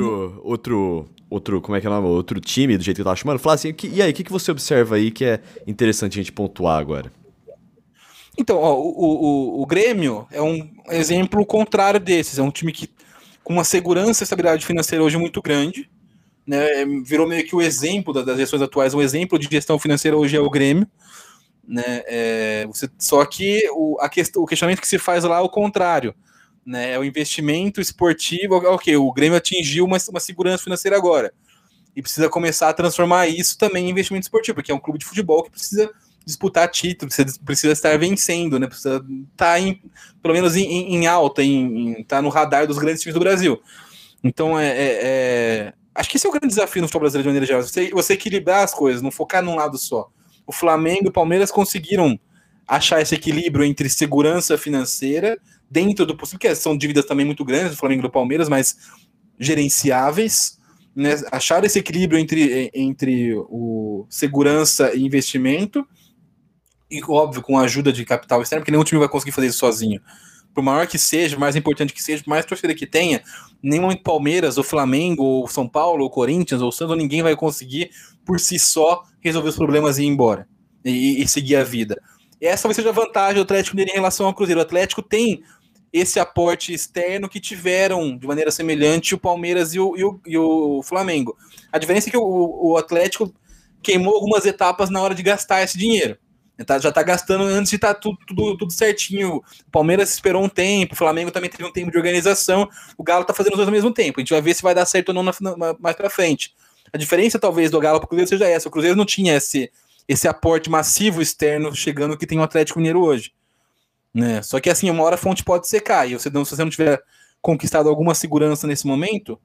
outro, como é que é o nome? Outro time, do jeito que eu tava chamando, falar assim, e aí, o que você observa aí que é interessante a gente pontuar agora? Então, o Grêmio é um exemplo contrário desses. É um time que, com uma segurança e estabilidade financeira hoje muito grande, né, virou meio que o exemplo das gestões atuais, um exemplo de gestão financeira hoje é o Grêmio. Né, só que o questionamento que se faz lá é o contrário. Né, é o investimento esportivo. Ok, o Grêmio atingiu uma segurança financeira agora. E precisa começar a transformar isso também em investimento esportivo, porque é um clube de futebol que precisa disputar título, precisa estar vencendo, né? Precisa estar pelo menos em alta, estar no radar dos grandes times do Brasil. Então, acho que esse é o grande desafio no futebol brasileiro de maneira geral, você equilibrar as coisas, não focar num lado só. O Flamengo e o Palmeiras conseguiram achar esse equilíbrio entre segurança financeira, dentro do possível, que são dívidas também muito grandes do Flamengo e do Palmeiras, mas gerenciáveis, né? Achar esse equilíbrio entre o segurança e investimento, e óbvio, com a ajuda de capital externo, porque nenhum time vai conseguir fazer isso sozinho. Por maior que seja, mais importante que seja, por mais torcida que tenha, nenhum Palmeiras, ou Flamengo, ou São Paulo, ou Corinthians, ou Santos, ninguém vai conseguir, por si só, resolver os problemas e ir embora. E seguir a vida. E essa vai ser a vantagem do Atlético Mineiro em relação ao Cruzeiro. O Atlético tem esse aporte externo que tiveram, de maneira semelhante, o Palmeiras e o Flamengo. A diferença é que o Atlético queimou algumas etapas na hora de gastar esse dinheiro. Já tá gastando antes de estar tudo certinho. O Palmeiras esperou um tempo, o Flamengo também teve um tempo de organização, o Galo tá fazendo os dois ao mesmo tempo. A gente vai ver se vai dar certo ou não mais pra frente. A diferença, talvez, do Galo pro Cruzeiro seja essa. O Cruzeiro não tinha esse aporte massivo externo chegando que tem o Atlético Mineiro hoje. Né? Só que assim, uma hora a fonte pode secar, e se você não tiver conquistado alguma segurança nesse momento,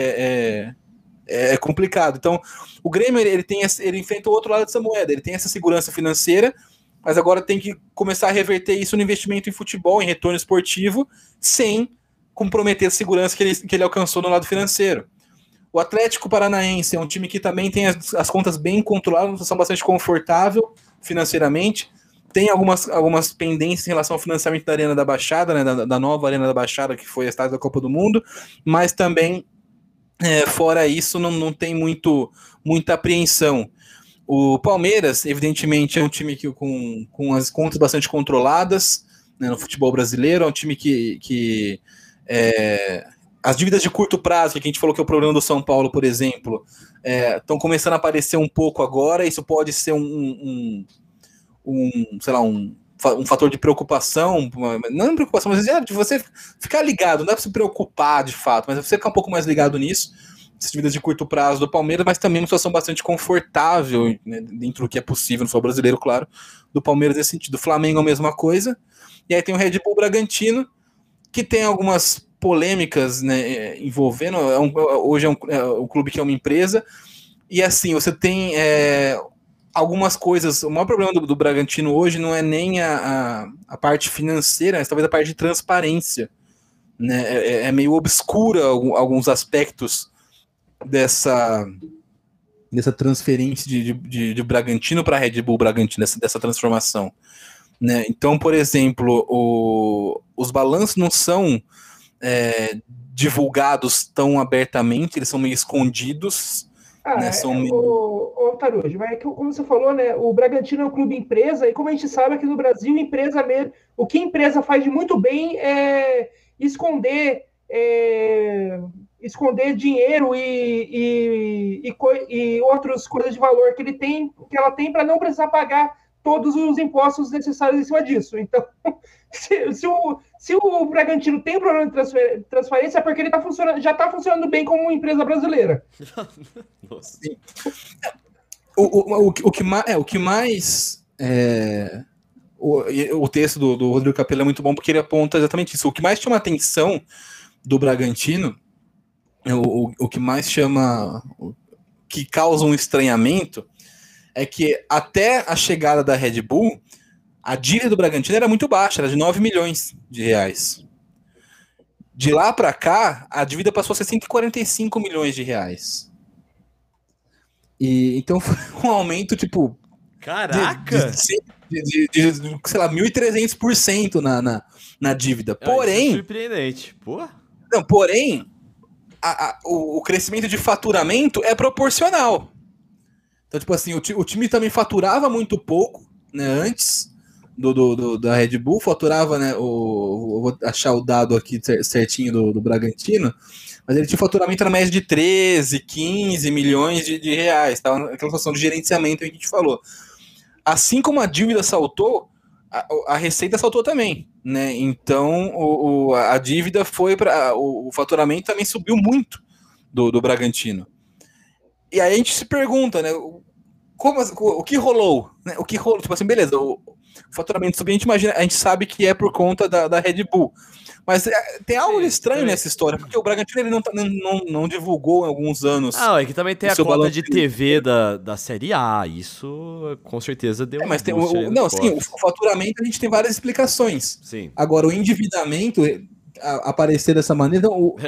é complicado. Então, o Grêmio ele enfrenta o outro lado dessa moeda, ele tem essa segurança financeira, mas agora tem que começar a reverter isso no investimento em futebol, em retorno esportivo, sem comprometer a segurança que ele alcançou no lado financeiro. O Atlético Paranaense é um time que também tem as contas bem controladas, uma situação bastante confortável financeiramente, tem algumas pendências em relação ao financiamento da Arena da Baixada, né, da nova Arena da Baixada, que foi a estádio da Copa do Mundo, mas também, fora isso, não tem muita apreensão. O Palmeiras, evidentemente, é um time com as contas bastante controladas, né, no futebol brasileiro, é um time que as dívidas de curto prazo, que a gente falou que é o problema do São Paulo, por exemplo, estão começando a aparecer um pouco agora. Isso pode ser um fator de preocupação, não preocupação, mas de você ficar ligado, não dá para se preocupar de fato, mas você ficar um pouco mais ligado nisso, essas dívidas de curto prazo do Palmeiras, mas também uma situação bastante confortável, né, dentro do que é possível no futebol brasileiro, claro, do Palmeiras nesse sentido. O Flamengo é a mesma coisa, e aí tem o Red Bull Bragantino, que tem algumas polêmicas, né, envolvendo, hoje é um clube que é uma empresa, e assim, você tem algumas coisas. O maior problema do Bragantino hoje não é nem a parte financeira, mas talvez a parte de transparência, né? É meio obscura alguns aspectos dessa transferência de Bragantino para Red Bull Bragantino, dessa transformação, né? Então, por exemplo, os balanços não são divulgados tão abertamente, eles são meio escondidos. Né, o Tarujo, mas como você falou, né, o Bragantino é um clube empresa, e como a gente sabe aqui no Brasil, o que a empresa faz de muito bem é esconder dinheiro e outras coisas de valor que ela tem para não precisar pagar todos os impostos necessários em cima disso. Então, se o Bragantino tem problema de transferência, é porque ele já está funcionando bem como uma empresa brasileira. Nossa. O que mais o texto do Rodrigo Capello é muito bom, porque ele aponta exatamente isso. O que mais chama a atenção do Bragantino, o que mais que causa um estranhamento, é que até a chegada da Red Bull, a dívida do Bragantino era muito baixa, era de 9 milhões de reais. De lá para cá, a dívida passou a ser 145 milhões de reais. E então foi um aumento, tipo... Caraca! De sei lá, 1.300% na dívida. Porém... Isso é surpreendente. Pô. Não, porém, o crescimento de faturamento é proporcional. Então, tipo assim, o time também faturava muito pouco, né, antes da Red Bull, faturava, né, vou achar o dado aqui certinho do Bragantino, mas ele tinha faturamento na média de 13, 15 milhões de reais, tá? Aquela situação de gerenciamento que a gente falou. Assim como a dívida saltou, a receita saltou também, né? Então, a dívida foi para... O faturamento também subiu muito do Bragantino. E aí a gente se pergunta, né? O que rolou? Né? O que rolou? Tipo assim, beleza, o faturamento subiu, a gente sabe que é por conta da Red Bull. Mas tem algo estranho nessa história, porque o Bragantino ele não divulgou em alguns anos. É que também tem a conta de TV da Série A. Isso com certeza deu mas tem o faturamento a gente tem várias explicações. Sim. Agora, o endividamento aparecer dessa maneira,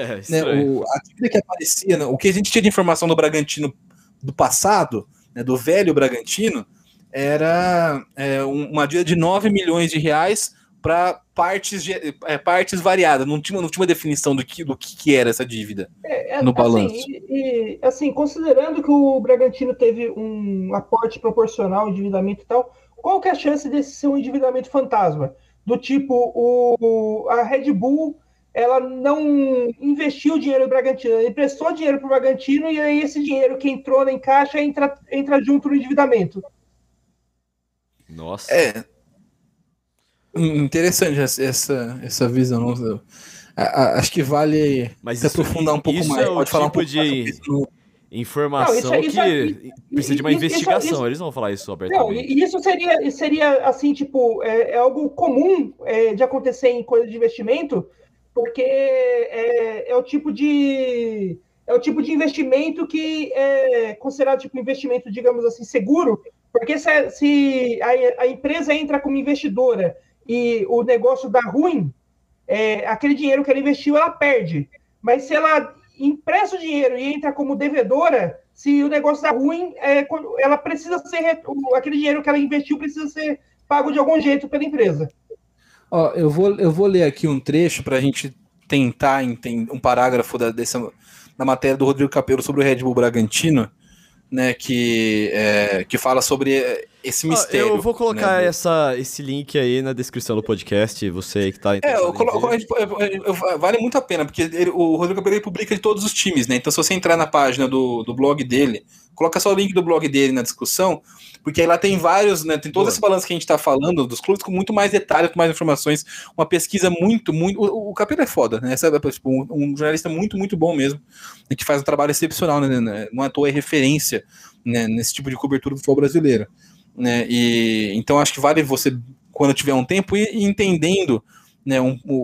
a dívida que aparecia, né, o que a gente tinha de informação do Bragantino do passado, né, do velho Bragantino, era uma dívida de 9 milhões de reais para partes variadas. Não tinha uma definição do que era essa dívida no balanço. Assim, considerando que o Bragantino teve um aporte proporcional, endividamento e tal, qual que é a chance desse ser um endividamento fantasma? Do tipo, a Red Bull, ela não investiu dinheiro no Bragantino, ela emprestou dinheiro para o Bragantino, e aí esse dinheiro que entrou em caixa entra junto no endividamento. Nossa. Interessante essa visão. Acho que vale se aprofundar um pouco mais. Pode falar um pouco mais. informação precisa de uma investigação. Eles não vão falar isso abertamente. Não, e isso seria assim, tipo, é algo comum de acontecer em coisas de investimento, porque é o tipo de investimento que é considerado tipo investimento, digamos assim, seguro, porque se a empresa entra como investidora e o negócio dá ruim, aquele dinheiro que ela investiu, ela perde. Mas se ela empresta o dinheiro e entra como devedora, se o negócio dá ruim, ela precisa ser... Aquele dinheiro que ela investiu precisa ser pago de algum jeito pela empresa. Ó, eu vou ler aqui um trecho para a gente tentar entender um parágrafo da matéria do Rodrigo Capello sobre o Red Bull Bragantino, né, que fala sobre esse mistério. Eu vou colocar esse link aí na descrição do podcast, você que tá vale muito a pena, porque o Rodrigo Capello publica de todos os times, né? Então, se você entrar na página do blog dele, coloca só o link do blog dele na discussão, porque aí lá tem vários, né? Tem todo esse balanço que a gente tá falando dos clubes com muito mais detalhes, com mais informações, uma pesquisa muito. O Capello é foda, né? Um jornalista muito, muito bom mesmo, e que faz um trabalho excepcional, né? Não é à toa referência, né, nesse tipo de cobertura do futebol brasileiro, né? E então acho que vale você, quando tiver um tempo, ir entendendo, né,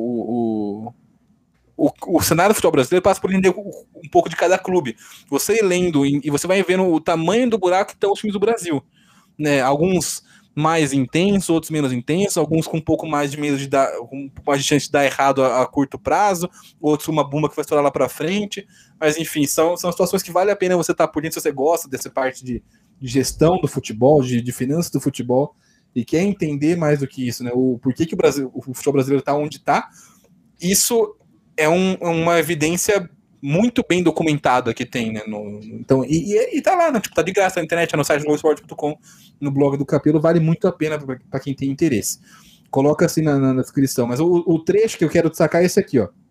o cenário do futebol brasileiro passa por entender um pouco de cada clube. Você ir lendo e você vai vendo o tamanho do buraco que estão os times do Brasil, né? Alguns mais intensos, outros menos intensos, alguns com um pouco mais de medo de dar, um pouco mais de chance de dar errado a curto prazo, outros uma bomba que vai estourar lá para frente. Mas enfim, são situações que vale a pena você estar por dentro se você gosta dessa parte de gestão do futebol, de finanças do futebol, e quer entender mais do que isso, né? O porquê que o futebol brasileiro está onde está. Isso é uma evidência muito bem documentada que tem, né? Então, e tá lá, né? Tipo, tá de graça na internet, no site globoesporte.com, no blog do Capello, vale muito a pena para quem tem interesse. Coloca assim na descrição. Mas o trecho que eu quero destacar é esse aqui, ó.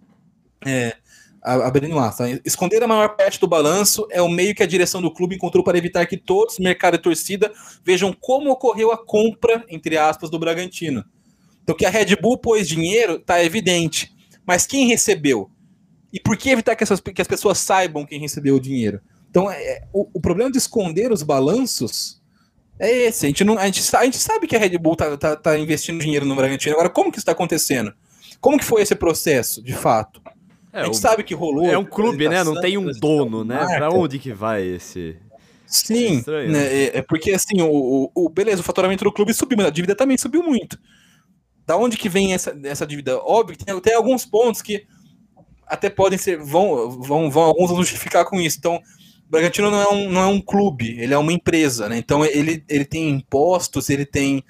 Abrindo lá, tá? Esconder a maior parte do balanço é o meio que a direção do clube encontrou para evitar que todos, mercado e torcida, vejam como ocorreu a compra, entre aspas, do Bragantino. Então, que a Red Bull pôs dinheiro, tá evidente. Mas quem recebeu? E por que evitar que as pessoas saibam quem recebeu o dinheiro? Então, o problema de esconder os balanços é esse. A gente sabe que a Red Bull tá investindo dinheiro no Bragantino. Agora, como que isso está acontecendo? Como que foi esse processo, de fato? A gente sabe que rolou... É um clube, né? Não tem um dono, né? Pra onde que vai esse... Sim, estranho, né? Porque assim, beleza, o faturamento do clube subiu, mas a dívida também subiu muito. Da onde que vem essa dívida? Óbvio que tem alguns pontos que até podem ser, alguns vão justificar com isso. Então, o Bragantino não é um clube, ele é uma empresa, né? Então ele tem impostos, ele tem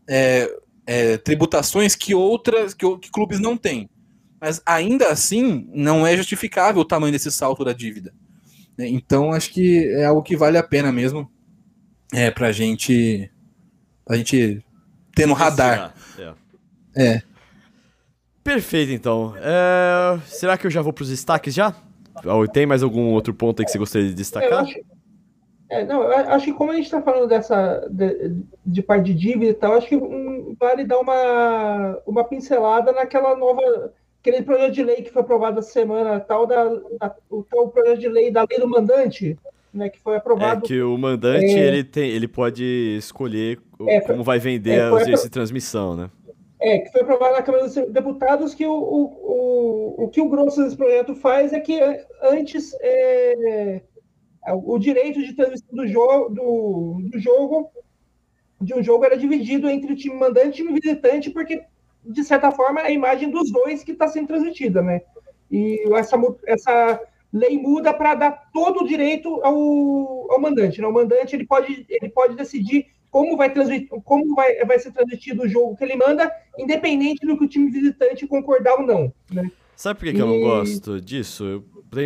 tributações que clubes não têm. Mas ainda assim, não é justificável o tamanho desse salto da dívida. Então, acho que é algo que vale a pena mesmo pra gente ter no radar. Perfeito, então. Será que eu já vou para os destaques já? Ou tem mais algum outro ponto aí que você gostaria de destacar? Eu acho que como a gente está falando de parte de dívida e tal, acho que vale dar uma pincelada aquele projeto de lei que foi aprovado essa semana, o projeto de lei da lei do mandante, né, que foi aprovado. Que o mandante ele pode escolher como vai vender os direitos de transmissão, né? Que foi aprovado na Câmara dos Deputados, que o que o grosso desse projeto faz é que antes o direito de transmissão de um jogo era dividido entre o time mandante e o time visitante, porque de certa forma, é a imagem dos dois que está sendo transmitida, né? E essa lei muda para dar todo o direito ao mandante, né? O mandante ele pode decidir como vai ser transmitido o jogo que ele manda, independente do que o time visitante concordar ou não, né? Sabe por que eu não gosto disso?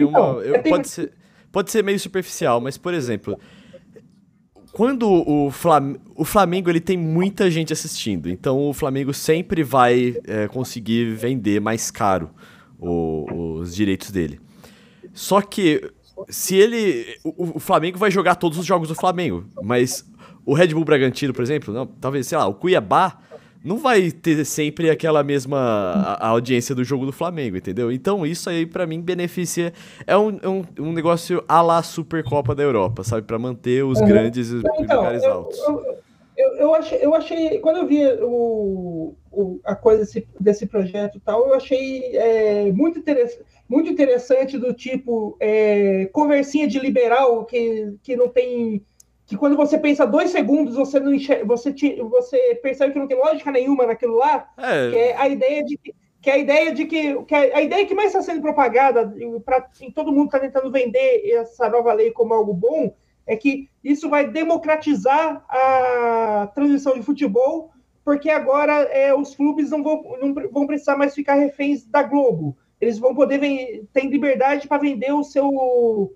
Pode ser meio superficial, mas, por exemplo, quando o Flamengo ele tem muita gente assistindo, então o Flamengo sempre vai conseguir vender mais caro os direitos dele. Só que se o Flamengo vai jogar todos os jogos do Flamengo, mas o Red Bull Bragantino, por exemplo, não, talvez, sei lá, o Cuiabá não vai ter sempre aquela mesma a audiência do jogo do Flamengo, entendeu? Então isso aí pra mim beneficia, é um negócio à la Supercopa da Europa, sabe? Pra manter os grandes lugares altos. Eu achei, quando eu vi a coisa desse projeto e tal, eu achei muito interessante do tipo conversinha de liberal que não tem, que quando você pensa 2 segundos você não enxerga, você percebe que não tem lógica nenhuma naquilo lá, que é a ideia de que a ideia que mais está sendo propagada todo mundo está tentando vender essa nova lei como algo bom, é que isso vai democratizar a transmissão de futebol, porque agora os clubes não vão precisar mais ficar reféns da Globo. Eles vão poder ter liberdade para vender a sua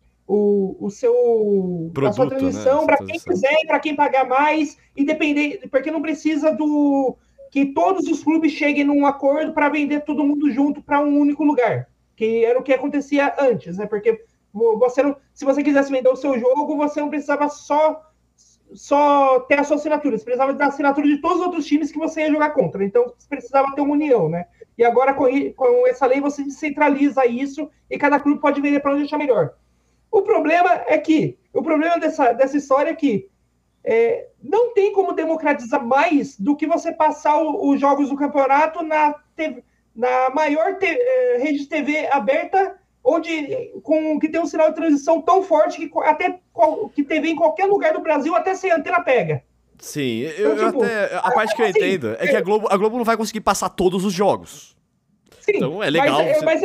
transmissão, né? Para quem quiser, para quem pagar mais, independente, porque não precisa que todos os clubes cheguem num acordo para vender todo mundo junto para um único lugar, que era o que acontecia antes, né? Porque se você quisesse vender o seu jogo, você não precisava só ter a sua assinatura, você precisava da assinatura de todos os outros times que você ia jogar contra, então você precisava ter uma união, né? E agora com essa lei você descentraliza isso e cada clube pode vender para onde achar melhor. O problema dessa história é que não tem como democratizar mais do que você passar os jogos do campeonato na maior rede de TV aberta, que tem um sinal de transição tão forte que TV em qualquer lugar do Brasil, até sem antena pega. Sim, a parte que eu entendo é que a Globo não vai conseguir passar todos os jogos. Sim, então é legal.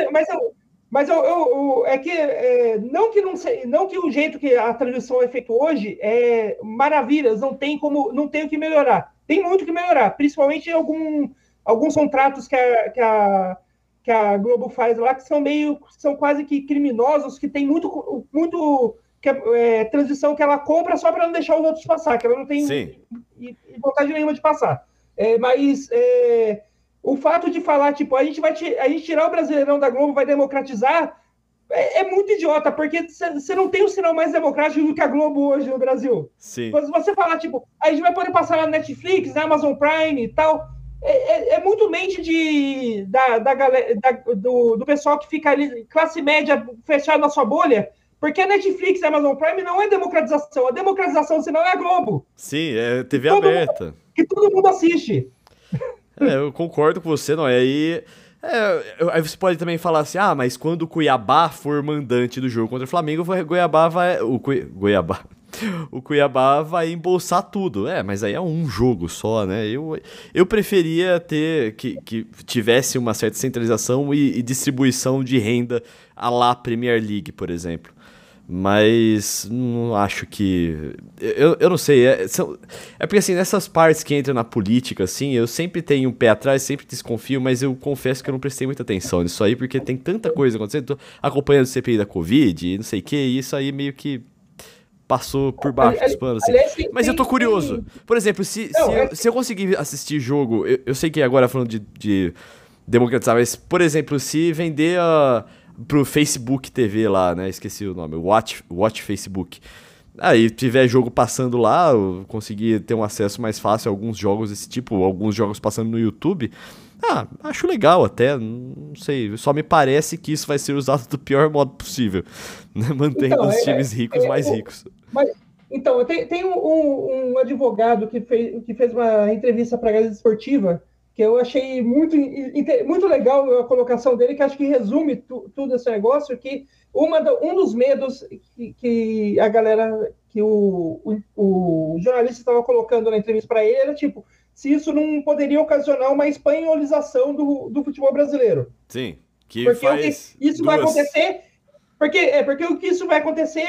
Não que o jeito que a transmissão é feita hoje é maravilhas, não tem o que melhorar. Tem muito que melhorar, principalmente alguns contratos que a Globo faz lá, que são quase que criminosos, que tem muito transição que ela compra só para não deixar os outros passar, que ela não tem vontade nenhuma de passar. Mas o fato de falar, tipo, a gente tirar o Brasileirão da Globo, vai democratizar, é muito idiota, porque você não tem um sinal mais democrático do que a Globo hoje no Brasil. Sim. Quando você falar, tipo, a gente vai poder passar na Netflix, na Amazon Prime e tal, é muito mente da galera, do pessoal que fica ali, classe média, fechado na sua bolha, porque a Netflix e a Amazon Prime não é democratização. A democratização, senão, é a Globo. Sim, é TV aberta. Que todo mundo assiste. Eu concordo com você, não é? Aí você pode também falar assim, mas quando o Cuiabá for mandante do jogo contra o Flamengo, o Cuiabá vai embolsar tudo. Mas aí é um jogo só, né? Eu preferia que tivesse uma certa centralização e distribuição de renda à la Premier League, por exemplo. Mas não acho que... Eu não sei. É porque, assim, nessas partes que entram na política, assim, eu sempre tenho um pé atrás, sempre desconfio, mas eu confesso que eu não prestei muita atenção nisso aí, porque tem tanta coisa acontecendo. Tô acompanhando o CPI da Covid e não sei o que, e isso aí meio que passou por baixo dos panos, assim. Aliás, mas eu tô curioso. Por exemplo, se eu conseguir assistir jogo... Eu sei que agora falando de democratizar, mas, por exemplo, se vender pro Facebook TV lá, né? Esqueci o nome. Watch Facebook. Aí tiver jogo passando lá, eu conseguir ter um acesso mais fácil a alguns jogos desse tipo, alguns jogos passando no YouTube. Acho legal até, não sei, só me parece que isso vai ser usado do pior modo possível, né? Mantendo os times ricos mais ricos. Então, tem um advogado que fez uma entrevista para a Gazeta Esportiva, que eu achei muito legal a colocação dele, que acho que resume tudo esse negócio, que um dos medos que a galera, que o jornalista estava colocando na entrevista para ele, era tipo, se isso não poderia ocasionar uma espanholização do futebol brasileiro. Sim, porque isso vai acontecer, porque o que isso vai acontecer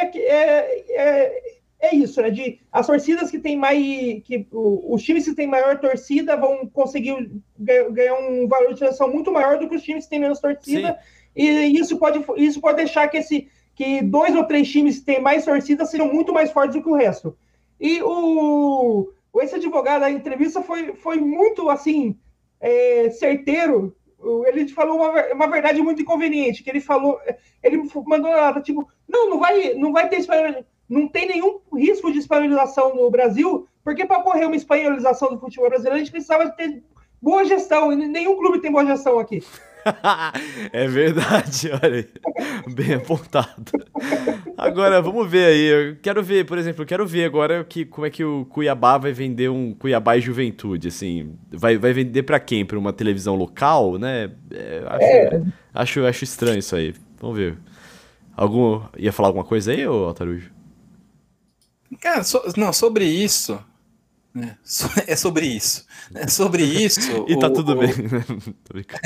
é isso, né? As torcidas que tem os times que têm maior torcida vão conseguir ganhar um valor de transação muito maior do que os times que têm menos torcida. Sim. E isso pode deixar que 2 ou 3 times que têm mais torcida sejam muito mais fortes do que o resto. E esse advogado, a entrevista foi muito, assim, certeiro. Ele falou uma verdade muito inconveniente, que ele mandou nada, tipo, não vai ter não tem nenhum risco de espanholização no Brasil, Porque para ocorrer uma espanholização do futebol brasileiro, a gente precisava ter boa gestão, e nenhum clube tem boa gestão aqui. É verdade, olha aí. Bem apontado. Agora, vamos ver aí. Eu quero ver, por exemplo, agora como é que o Cuiabá vai vender um Cuiabá e Juventude, assim. Vai vender pra quem? Pra uma televisão local, né? Acho estranho isso aí. Vamos ver. Ia falar alguma coisa aí, ô Altarujo? Cara, sobre isso... É sobre isso. É sobre isso. E tá tudo bem. Tô brincando.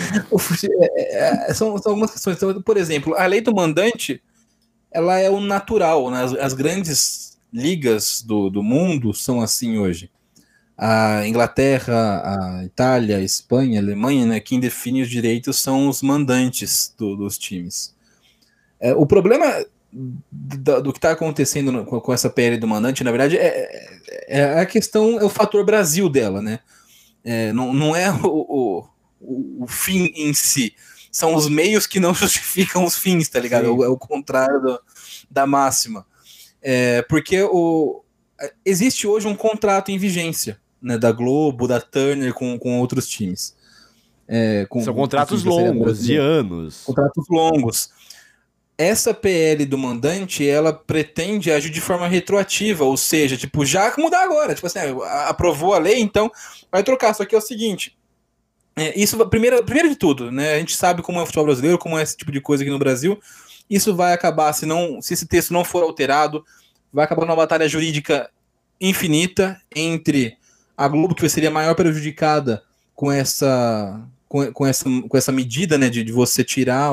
São algumas questões. Então, por exemplo, a lei do mandante, ela é o natural, né? As grandes ligas do mundo são assim hoje. A Inglaterra, a Itália, a Espanha, a Alemanha, né? Quem define os direitos são os mandantes dos times. O problema do que está acontecendo com essa PL do mandante, na verdade, a questão, é o fator Brasil dela, né? Não é o fim em si, são os meios que não justificam os fins, tá ligado? É o contrário da máxima. Porque existe hoje um contrato em vigência, né, da Globo, da Turner com outros times. São contratos longos, de anos. Contratos longos. Essa PL do mandante, ela pretende agir de forma retroativa, ou seja, tipo, já mudar agora. Tipo assim, aprovou a lei, então vai trocar. Só que é o seguinte, isso, primeiro de tudo, né, a gente sabe como é o futebol brasileiro, como é esse tipo de coisa aqui no Brasil. Isso vai acabar, se esse texto não for alterado, vai acabar numa batalha jurídica infinita entre a Globo, que seria a maior prejudicada com essa medida, né, de você tirar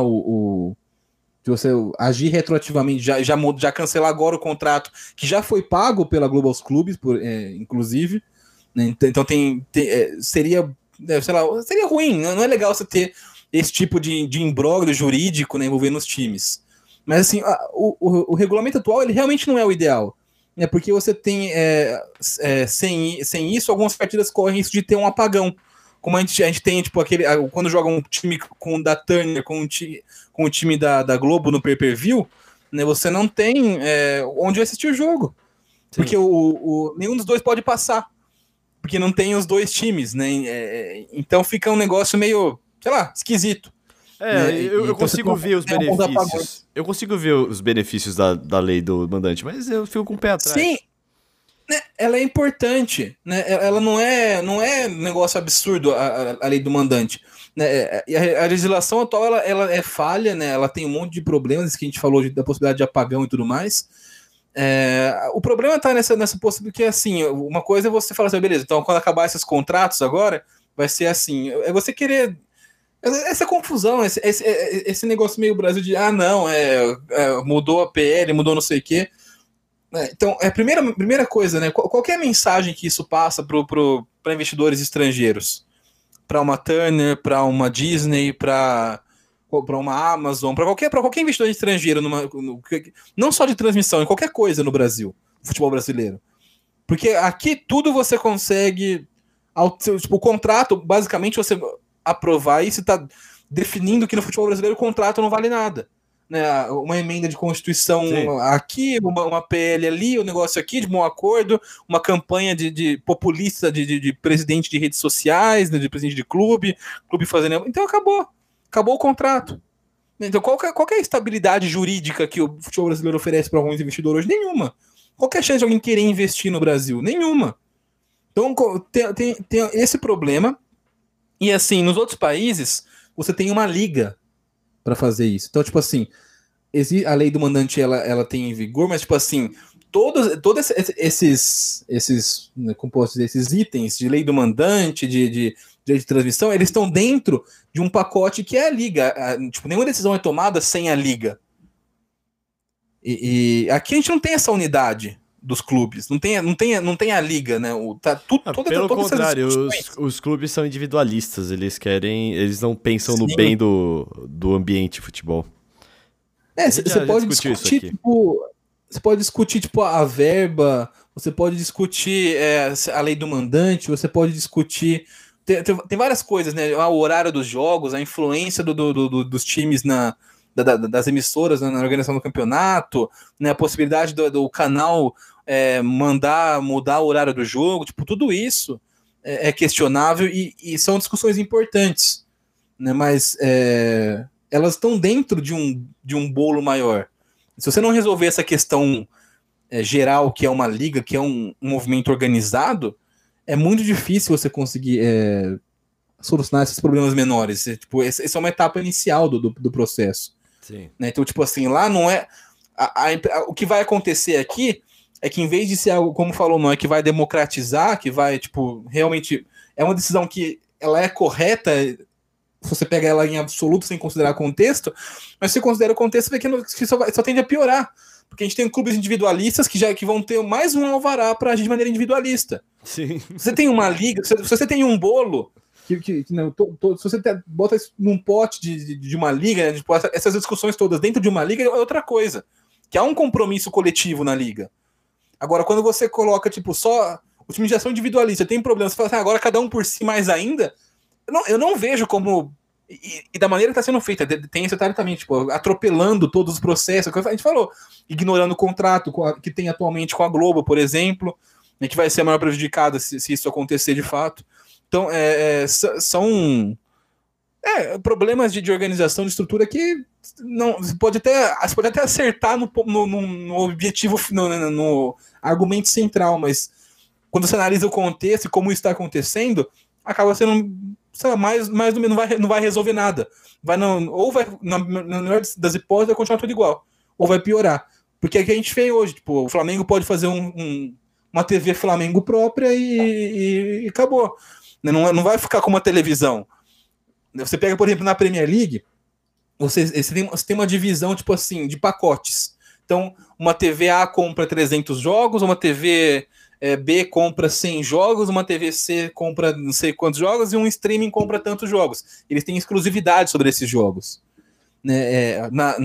de você agir retroativamente, já cancelar agora o contrato que já foi pago pela Globo aos clubes, inclusive, né? Então seria ruim, não é legal você ter esse tipo de imbróglio jurídico, né, envolvendo os times. Mas assim, o regulamento atual, ele realmente não é o ideal, né, porque você tem, sem isso, algumas partidas correm risco de ter um apagão. Como a gente tem, tipo, quando joga um time da Turner com o time da Globo no pay-per-view, né, você não tem onde assistir o jogo. Sim. Porque nenhum dos dois pode passar. Porque não tem os dois times, né? Então fica um negócio meio, sei lá, esquisito. Né? Eu consigo ver os benefícios. Eu consigo ver os benefícios da lei do mandante, mas eu fico com o pé atrás. Sim. Ela é importante, né? Ela não é um negócio absurdo, a lei do mandante, né? A legislação atual ela é falha, né? Ela tem um monte de problemas, que a gente falou da possibilidade de apagão e tudo mais. O problema está nessa possibilidade, que assim, uma coisa é você falar assim, beleza, então quando acabar esses contratos agora, vai ser assim, é você querer essa confusão, esse negócio meio Brasil de mudou a PL, mudou não sei o quê. Então, a primeira coisa, né? Qualquer mensagem que isso passa para investidores estrangeiros, para uma Turner, para uma Disney, para uma Amazon, para qualquer investidor estrangeiro, não só de transmissão, em qualquer coisa no Brasil, futebol brasileiro. Porque aqui tudo você consegue, tipo, o contrato, basicamente você aprovar, e você está definindo que no futebol brasileiro o contrato não vale nada. Né, uma emenda de Constituição aqui, uma PL ali, um negócio aqui de bom acordo, uma campanha de populista de presidente de redes sociais, né, de presidente de clube fazendo. Então acabou o contrato. Então qual que é a estabilidade jurídica que o futebol brasileiro oferece para alguns investidores hoje? Nenhuma. Qual que é a chance de alguém querer investir no Brasil? Nenhuma. Então tem esse problema. E assim, nos outros países, você tem uma liga para fazer isso. Então, tipo assim, a lei do mandante ela tem em vigor, mas tipo assim, todos esses né, compostos, esses itens de lei do mandante, de transmissão, eles estão dentro de um pacote que é a liga. Tipo, nenhuma decisão é tomada sem a liga. E aqui a gente não tem essa unidade dos clubes, não tem a liga, né? Pelo contrário, os clubes são individualistas, eles não pensam no bem do ambiente de futebol. Você pode discutir, você pode discutir tipo a verba, você pode discutir a lei do mandante, você pode discutir tem várias coisas, né? O horário dos jogos, a influência dos times das emissoras na organização do campeonato, né, a possibilidade do canal mandar mudar o horário do jogo, tipo, tudo isso é questionável e são discussões importantes, né, mas elas estão dentro de um bolo maior. Se você não resolver essa questão geral, que é uma liga, que é um movimento organizado, é muito difícil você conseguir solucionar esses problemas menores. Tipo, essa é uma etapa inicial do processo. Sim. Né? Então, tipo assim, lá não é... o que vai acontecer aqui é que, em vez de ser algo, como falou, não é que vai democratizar, que vai, tipo, realmente... É uma decisão que ela é correta, se você pega ela em absoluto sem considerar contexto, mas se você considera o contexto, você vê que só tende a piorar. Porque a gente tem clubes individualistas que vão ter mais um alvará para agir de maneira individualista. Sim. Você tem uma liga, se você tem um bolo, se você bota isso num pote de uma liga, né, tipo, essas discussões todas dentro de uma liga é outra coisa. Que há um compromisso coletivo na liga. Agora, quando você coloca, tipo, só otimização individualista, tem problema, você fala assim, agora cada um por si mais ainda, eu não vejo como... E da maneira que está sendo feita, tem esse detalhe também, tipo, atropelando todos os processos, que a gente falou, ignorando o contrato que tem atualmente com a Globo, por exemplo, né, que vai ser a maior prejudicada se isso acontecer de fato. Então, são problemas de organização, de estrutura que você pode até acertar no objetivo, no argumento central, mas quando você analisa o contexto e como isso está acontecendo, acaba sendo... sei lá, mais ou menos não vai resolver nada. Ou vai, na melhor das hipóteses, vai continuar tudo igual. Ou vai piorar. Porque é o que a gente fez hoje. Tipo, o Flamengo pode fazer uma TV Flamengo própria e acabou. Não vai ficar com uma televisão. Você pega, por exemplo, na Premier League, você tem uma divisão, tipo assim, de pacotes. Então, uma TV A compra 300 jogos, uma TV... B compra 100 jogos, uma TV C compra não sei quantos jogos e um streaming compra tantos jogos. Eles têm exclusividade sobre esses jogos. Né?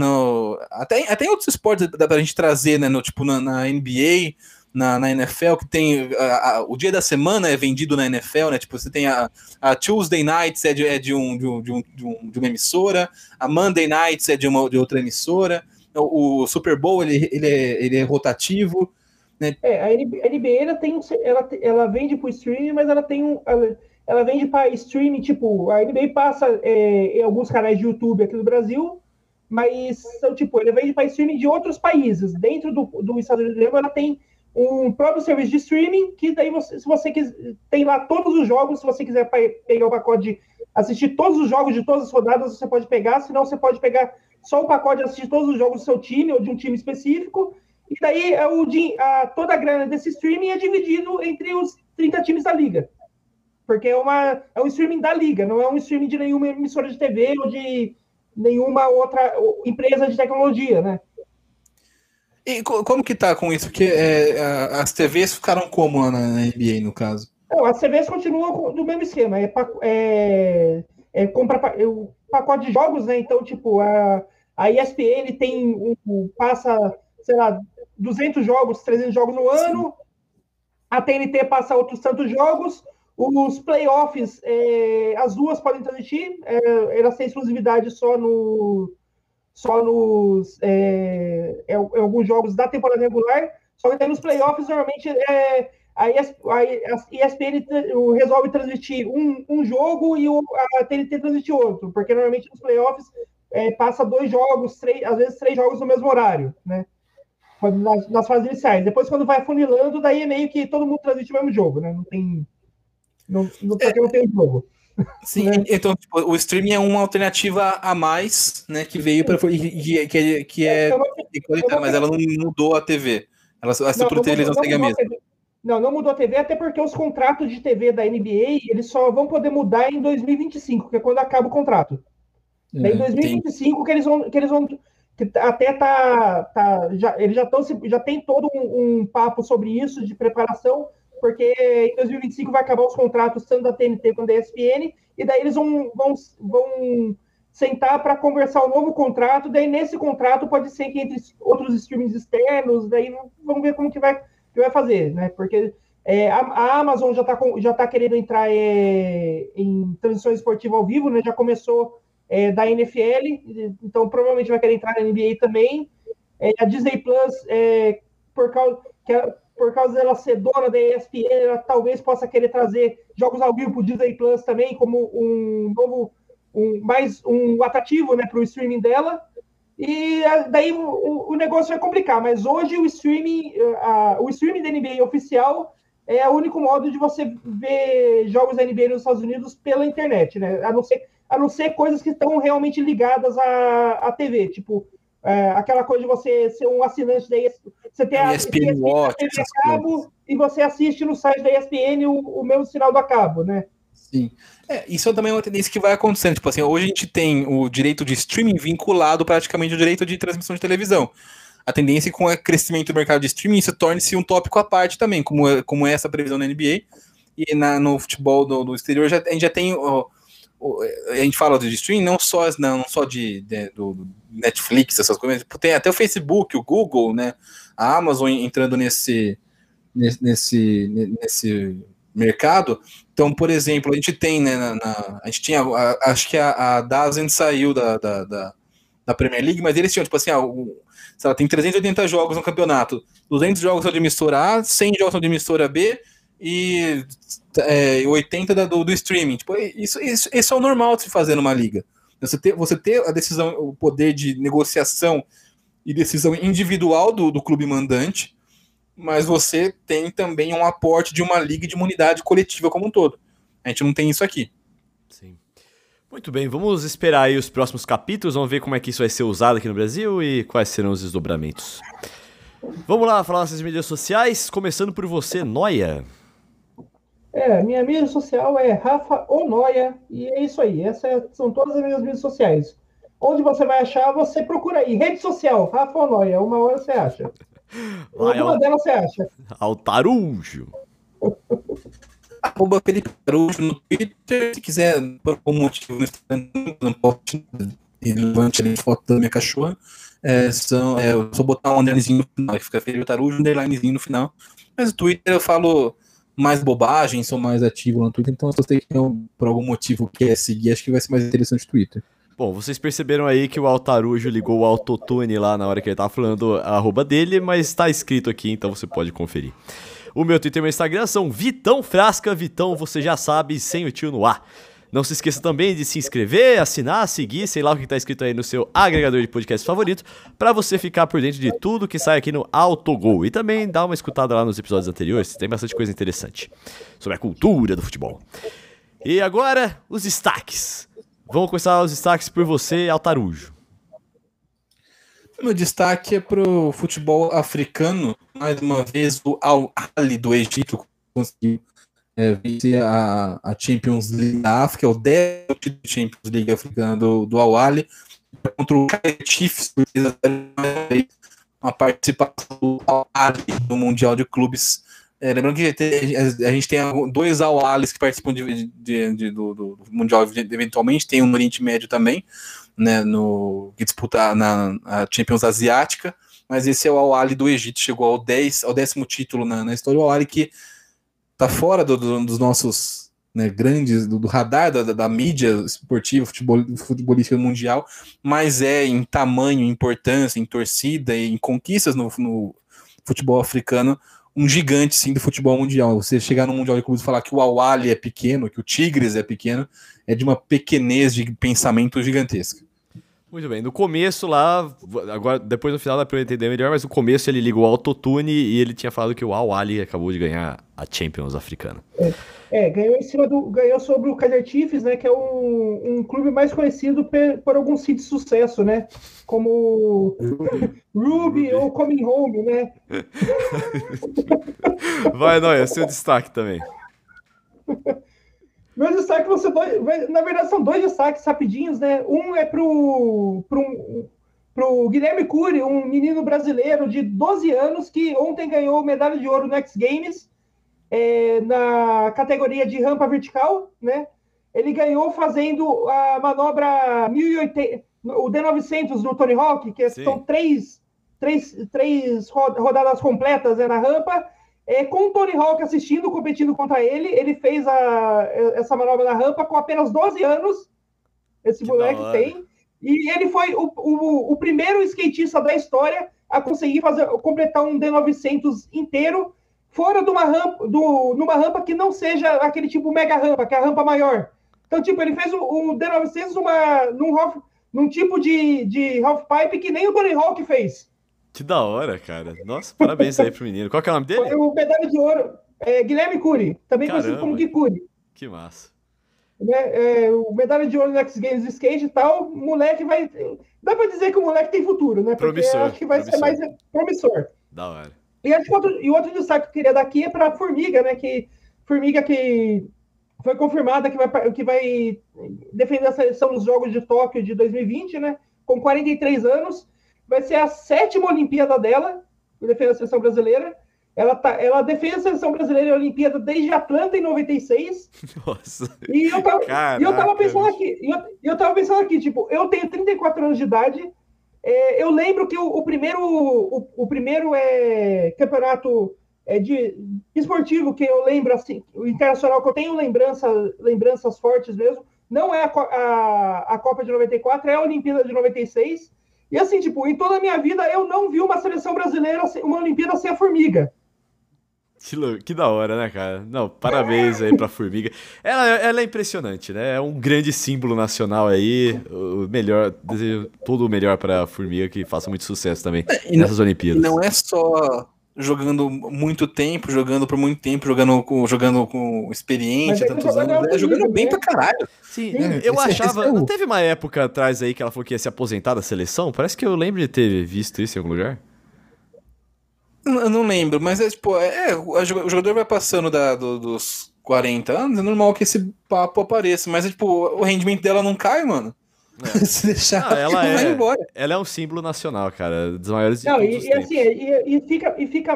Até em outros esportes dá pra gente trazer, né? Tipo na NBA, na NFL, que tem o dia da semana é vendido na NFL, né? Tipo, você tem a Tuesday Nights de uma emissora, a Monday Nights de outra emissora, o Super Bowl ele é rotativo. Né? A NBA ela vende para o streaming, mas ela vende para streaming, tipo, a NBA passa em alguns canais de YouTube aqui no Brasil, mas tipo, ela vende para streaming de outros países. Dentro do Estados Unidos, ela tem um próprio serviço de streaming, que daí se você quiser, tem lá todos os jogos, se você quiser pegar o pacote de assistir todos os jogos de todas as rodadas, você pode pegar, senão você pode pegar só o pacote de assistir todos os jogos do seu time ou de um time específico. E daí toda a grana desse streaming é dividido entre os 30 times da liga. Porque é um streaming da liga, não é um streaming de nenhuma emissora de TV ou de nenhuma outra empresa de tecnologia, né? E como que tá com isso? Porque as TVs ficaram como na NBA, no caso? Não, as TVs continuam do mesmo esquema. Compra o pacote de jogos, né? Então, tipo, a ESPN passa, sei lá, 200 jogos, 300 jogos no ano. Sim. A TNT passa outros tantos jogos. Os playoffs, as duas podem transmitir. Elas têm exclusividade só nos alguns jogos da temporada regular. Só que nos playoffs, normalmente, a ESPN resolve transmitir um jogo e a TNT transmite outro. Porque normalmente nos playoffs passa 2 jogos, às vezes 3 jogos no mesmo horário, né? Nas fases iniciais. Depois, quando vai funilando, daí é meio que todo mundo transmite o mesmo jogo, né? Porque não tem jogo. Sim, né? Então tipo, o streaming é uma alternativa a mais, né? Que veio para que é igualitária, mas ela não mudou a TV. A estrutura de televisão segue a mesma. Não mudou a TV, até porque os contratos de TV da NBA eles só vão poder mudar em 2025, que é quando acaba o contrato. Daí em 2025 que eles vão até eles já tem todo um papo sobre isso de preparação, porque em 2025 vai acabar os contratos tanto da TNT quanto da ESPN, e daí eles vão sentar para conversar o novo contrato, daí nesse contrato pode ser que entre outros streamings externos, daí vamos ver como que vai fazer, né? Porque a Amazon já tá querendo entrar em transmissão esportiva ao vivo, né? Já começou da NFL, então provavelmente vai querer entrar na NBA também. A Disney Plus, por causa dela ser dona da ESPN, ela talvez possa querer trazer jogos ao vivo para o Disney Plus também, como mais um atrativo, né, para o streaming dela. E daí o negócio vai complicar, mas hoje o streaming da NBA oficial é o único modo de você ver jogos da NBA nos Estados Unidos pela internet, né? A não ser coisas que estão realmente ligadas à TV, tipo aquela coisa de você ser um assinante da ESPN, você ter a ESPN Watch, TV a cabo e você assiste no site da ESPN o mesmo sinal do a cabo, né? Sim. Isso também é uma tendência que vai acontecendo. Tipo assim, hoje a gente tem o direito de streaming vinculado praticamente ao direito de transmissão de televisão. A tendência é que com o crescimento do mercado de streaming isso torne-se um tópico à parte também, como é essa previsão na NBA. E no futebol do exterior a gente já tem... a gente fala de streaming não só do Netflix, essas coisas. Tem até o Facebook, o Google, né? A Amazon entrando nesse mercado. Então, por exemplo, a gente tem, né, a gente tinha, acho que a DAZN saiu da Premier League, mas eles tinham, tipo assim, tem 380 jogos no campeonato, 200 jogos são de emissora A, 100 jogos são de emissora B e 80 do streaming. Tipo, isso é o normal de se fazer numa liga. Você ter a decisão, o poder de negociação e decisão individual do clube mandante, mas você tem também um aporte de uma liga de uma unidade coletiva como um todo. A gente não tem isso aqui. Sim. Muito bem, vamos esperar aí os próximos capítulos, vamos ver como é que isso vai ser usado aqui no Brasil e quais serão os desdobramentos. Vamos lá falar nossas mídias sociais, começando por você, Noia. Minha mídia social é Rafa Onoia, e é isso aí, são todas as minhas mídias sociais. Onde você vai achar, você procura aí, rede social, Rafa Onoia, uma hora você acha. Alguma delas você acha. Altarujo. Felipe Tarujo no Twitter, se quiser, por algum motivo, no Instagram, não posso relevante ali, foto da minha cachorra, só botar um underlinezinho no final, que fica Felipe Tarujo, um underlinezinho no final. Mas no Twitter eu falo mais bobagem, sou mais ativo no Twitter, então se você por algum motivo quer seguir, acho que vai ser mais interessante o Twitter. Bom, vocês perceberam aí que o Altarujo ligou o autotune lá na hora que ele tava falando a arroba dele, mas tá escrito aqui, então você pode conferir. O meu Twitter e meu Instagram são Vitão Frasca, Vitão, você já sabe, sem o tio no ar. Não se esqueça também de se inscrever, assinar, seguir, sei lá o que tá escrito aí no seu agregador de podcast favorito, pra você ficar por dentro de tudo que sai aqui no Autogol. E também dá uma escutada lá nos episódios anteriores, tem bastante coisa interessante sobre a cultura do futebol. E agora, os destaques. Vamos começar os destaques por você, Altarujo. Meu destaque é pro futebol africano. Mais uma vez, o Al-Ahly do Egito conseguiu vencer a Champions League da África, é o 10º título de Champions League africana do Al-Ahly, contra o Kaizer Chiefs, uma participação do Al-Ahly no Mundial de Clubes. Lembrando que a gente tem dois Al-Ahlys que participam do Mundial eventualmente, tem um no Oriente Médio também, né, que disputa a Champions Asiática, mas esse é o Al-Ahly do Egito, chegou ao 10º título na história. O Al-Ahly que está fora dos nossos, né, grandes, do radar da mídia esportiva, futebolística mundial, mas em tamanho, em importância, em torcida e em conquistas no futebol africano, um gigante, sim, do futebol mundial. Você chegar no Mundial de Clubes e falar que o Al-Ahly é pequeno, que o Tigres é pequeno, é de uma pequenez de pensamento gigantesca. Muito bem, no começo lá, agora depois no final dá pra eu entender melhor, mas no começo ele ligou o autotune e ele tinha falado que o Al-Ahly acabou de ganhar a Champions africana. Ganhou sobre o Kaizer Chiefs, né, que é um clube mais conhecido por alguns hits de sucesso, né, como Ruby ou Coming Home, né. Vai, Noia, seu destaque também. Meu destaque na verdade são dois destaques rapidinhos, né? Um é pro Guilherme Cury, um menino brasileiro de 12 anos que ontem ganhou medalha de ouro no X Games na categoria de rampa vertical, né? Ele ganhou fazendo a manobra 1080, o D900 do Tony Hawk, que são três rodadas completas na rampa. Com o Tony Hawk assistindo, competindo contra ele, ele fez essa manobra na rampa com apenas 12 anos Esse moleque tem. E ele foi o primeiro skatista da história a conseguir completar um D900 inteiro fora de uma rampa, numa rampa que não seja aquele tipo mega rampa, que é a rampa maior. Então, tipo, ele fez o D900 num tipo de half-pipe que nem o Tony Hawk fez. Que da hora, cara. Nossa, parabéns aí pro menino. Qual que é o nome dele? Foi o medalha de ouro, Guilherme Cury, também conhecido como Gui Cury. Que massa. O medalha de ouro no X Games de skate e tal, o moleque vai... Dá pra dizer que o moleque tem futuro, né? Porque promissor, acho que vai ser mais promissor. Da hora. E outro destaque que eu queria dar aqui é pra Formiga, né? Formiga que foi confirmada que vai defender a seleção nos Jogos de Tóquio de 2020, né? Com 43 anos. Vai ser a 7ª Olimpíada dela, defendendo a seleção brasileira. Ela defende a seleção brasileira em Olimpíada desde Atlanta em 96. Nossa. E eu tava pensando aqui, tipo, eu tenho 34 anos de idade. Eu lembro que o primeiro campeonato de esportivo que eu lembro, assim, o internacional, que eu tenho lembranças fortes mesmo, não é a Copa de 94, é a Olimpíada de 96. E assim, tipo, em toda a minha vida eu não vi uma seleção brasileira, uma Olimpíada sem a Formiga. Que da hora, né, cara? Não, parabéns aí pra Formiga. Ela é impressionante, né? É um grande símbolo nacional aí. Desejo todo o melhor pra Formiga, que faça muito sucesso também nessas Olimpíadas. E não é só jogando muito tempo, jogando por muito tempo, jogando com experiência, tantos anos, jogando bem pra caralho. Sim, eu achava... Não teve uma época atrás aí que ela falou que ia se aposentar da seleção? Parece que eu lembro de ter visto isso em algum lugar. Eu não lembro, mas o jogador vai passando dos 40 anos, é normal que esse papo apareça, mas o rendimento dela não cai, mano. Se deixar, vai embora. Ela é um símbolo nacional, cara, dos maiores de todos os tempos. Assim, fica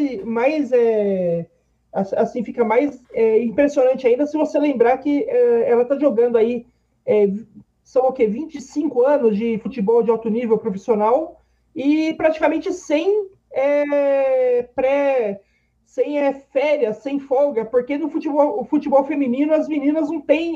mais impressionante ainda se você lembrar que ela tá jogando aí, são o quê? 25 anos de futebol de alto nível profissional e praticamente sem férias, sem folga, porque no futebol feminino as meninas não têm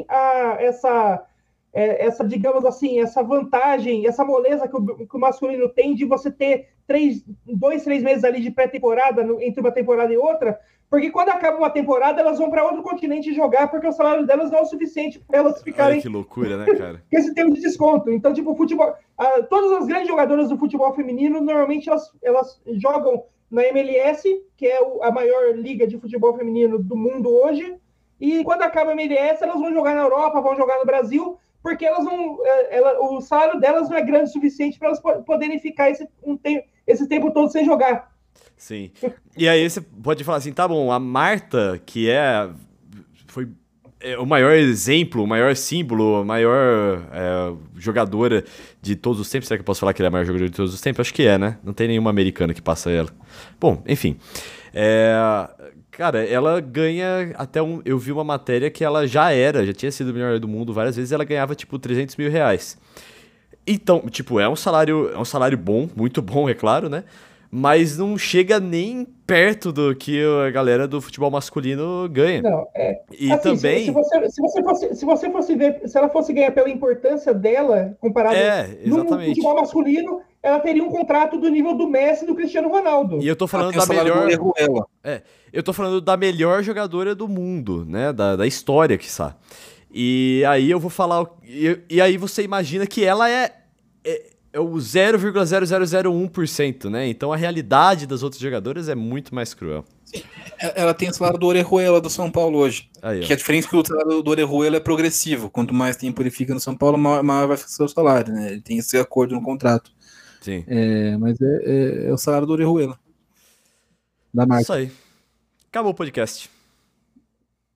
essa, digamos assim, essa vantagem, essa moleza que o masculino tem de você ter 2, 3 meses ali de pré-temporada entre uma temporada e outra, porque quando acaba uma temporada elas vão para outro continente jogar porque o salário delas não é o suficiente para elas ficarem... Olha que loucura, né, cara? Com esse tempo de desconto. Então, tipo, todas as grandes jogadoras do futebol feminino, normalmente elas jogam na MLS, que é a maior liga de futebol feminino do mundo hoje, e quando acaba a MLS, elas vão jogar na Europa, vão jogar no Brasil, porque elas não, o salário delas não é grande o suficiente para elas poderem ficar esse tempo todo sem jogar. Sim. E aí você pode falar assim, tá bom, a Marta, que foi o maior exemplo, o maior símbolo, a maior jogadora de todos os tempos. Será que eu posso falar que ela é a maior jogadora de todos os tempos? Acho que é, né? Não tem nenhuma americana que passa ela. Bom, enfim. Cara, ela ganha até eu vi uma matéria que ela já tinha sido a melhor do mundo várias vezes, e ela ganhava, tipo, 300 mil reais. Então, tipo, é um salário bom, muito bom, é claro, né? Mas não chega nem perto do que a galera do futebol masculino ganha. Não, E assim, também... Se você fosse ver, se ela fosse ganhar pela importância dela, comparado no futebol masculino, ela teria um contrato do nível do Messi e do Cristiano Ronaldo. E eu tô falando da melhor... eu tô falando da melhor jogadora do mundo, né? Da história, quiçá. E aí eu vou falar... E aí você imagina que ela é o 0,0001%, né? Então a realidade das outras jogadoras é muito mais cruel. Sim. Ela tem o salário do Orejuela do São Paulo hoje. Aí, que a diferença é que o salário do Orejuela é progressivo. Quanto mais tempo ele fica no São Paulo, maior vai ser o salário, né? Ele tem esse acordo no contrato. Sim. Mas é o salário do Orejuela. Da marca. Isso aí. Acabou o podcast.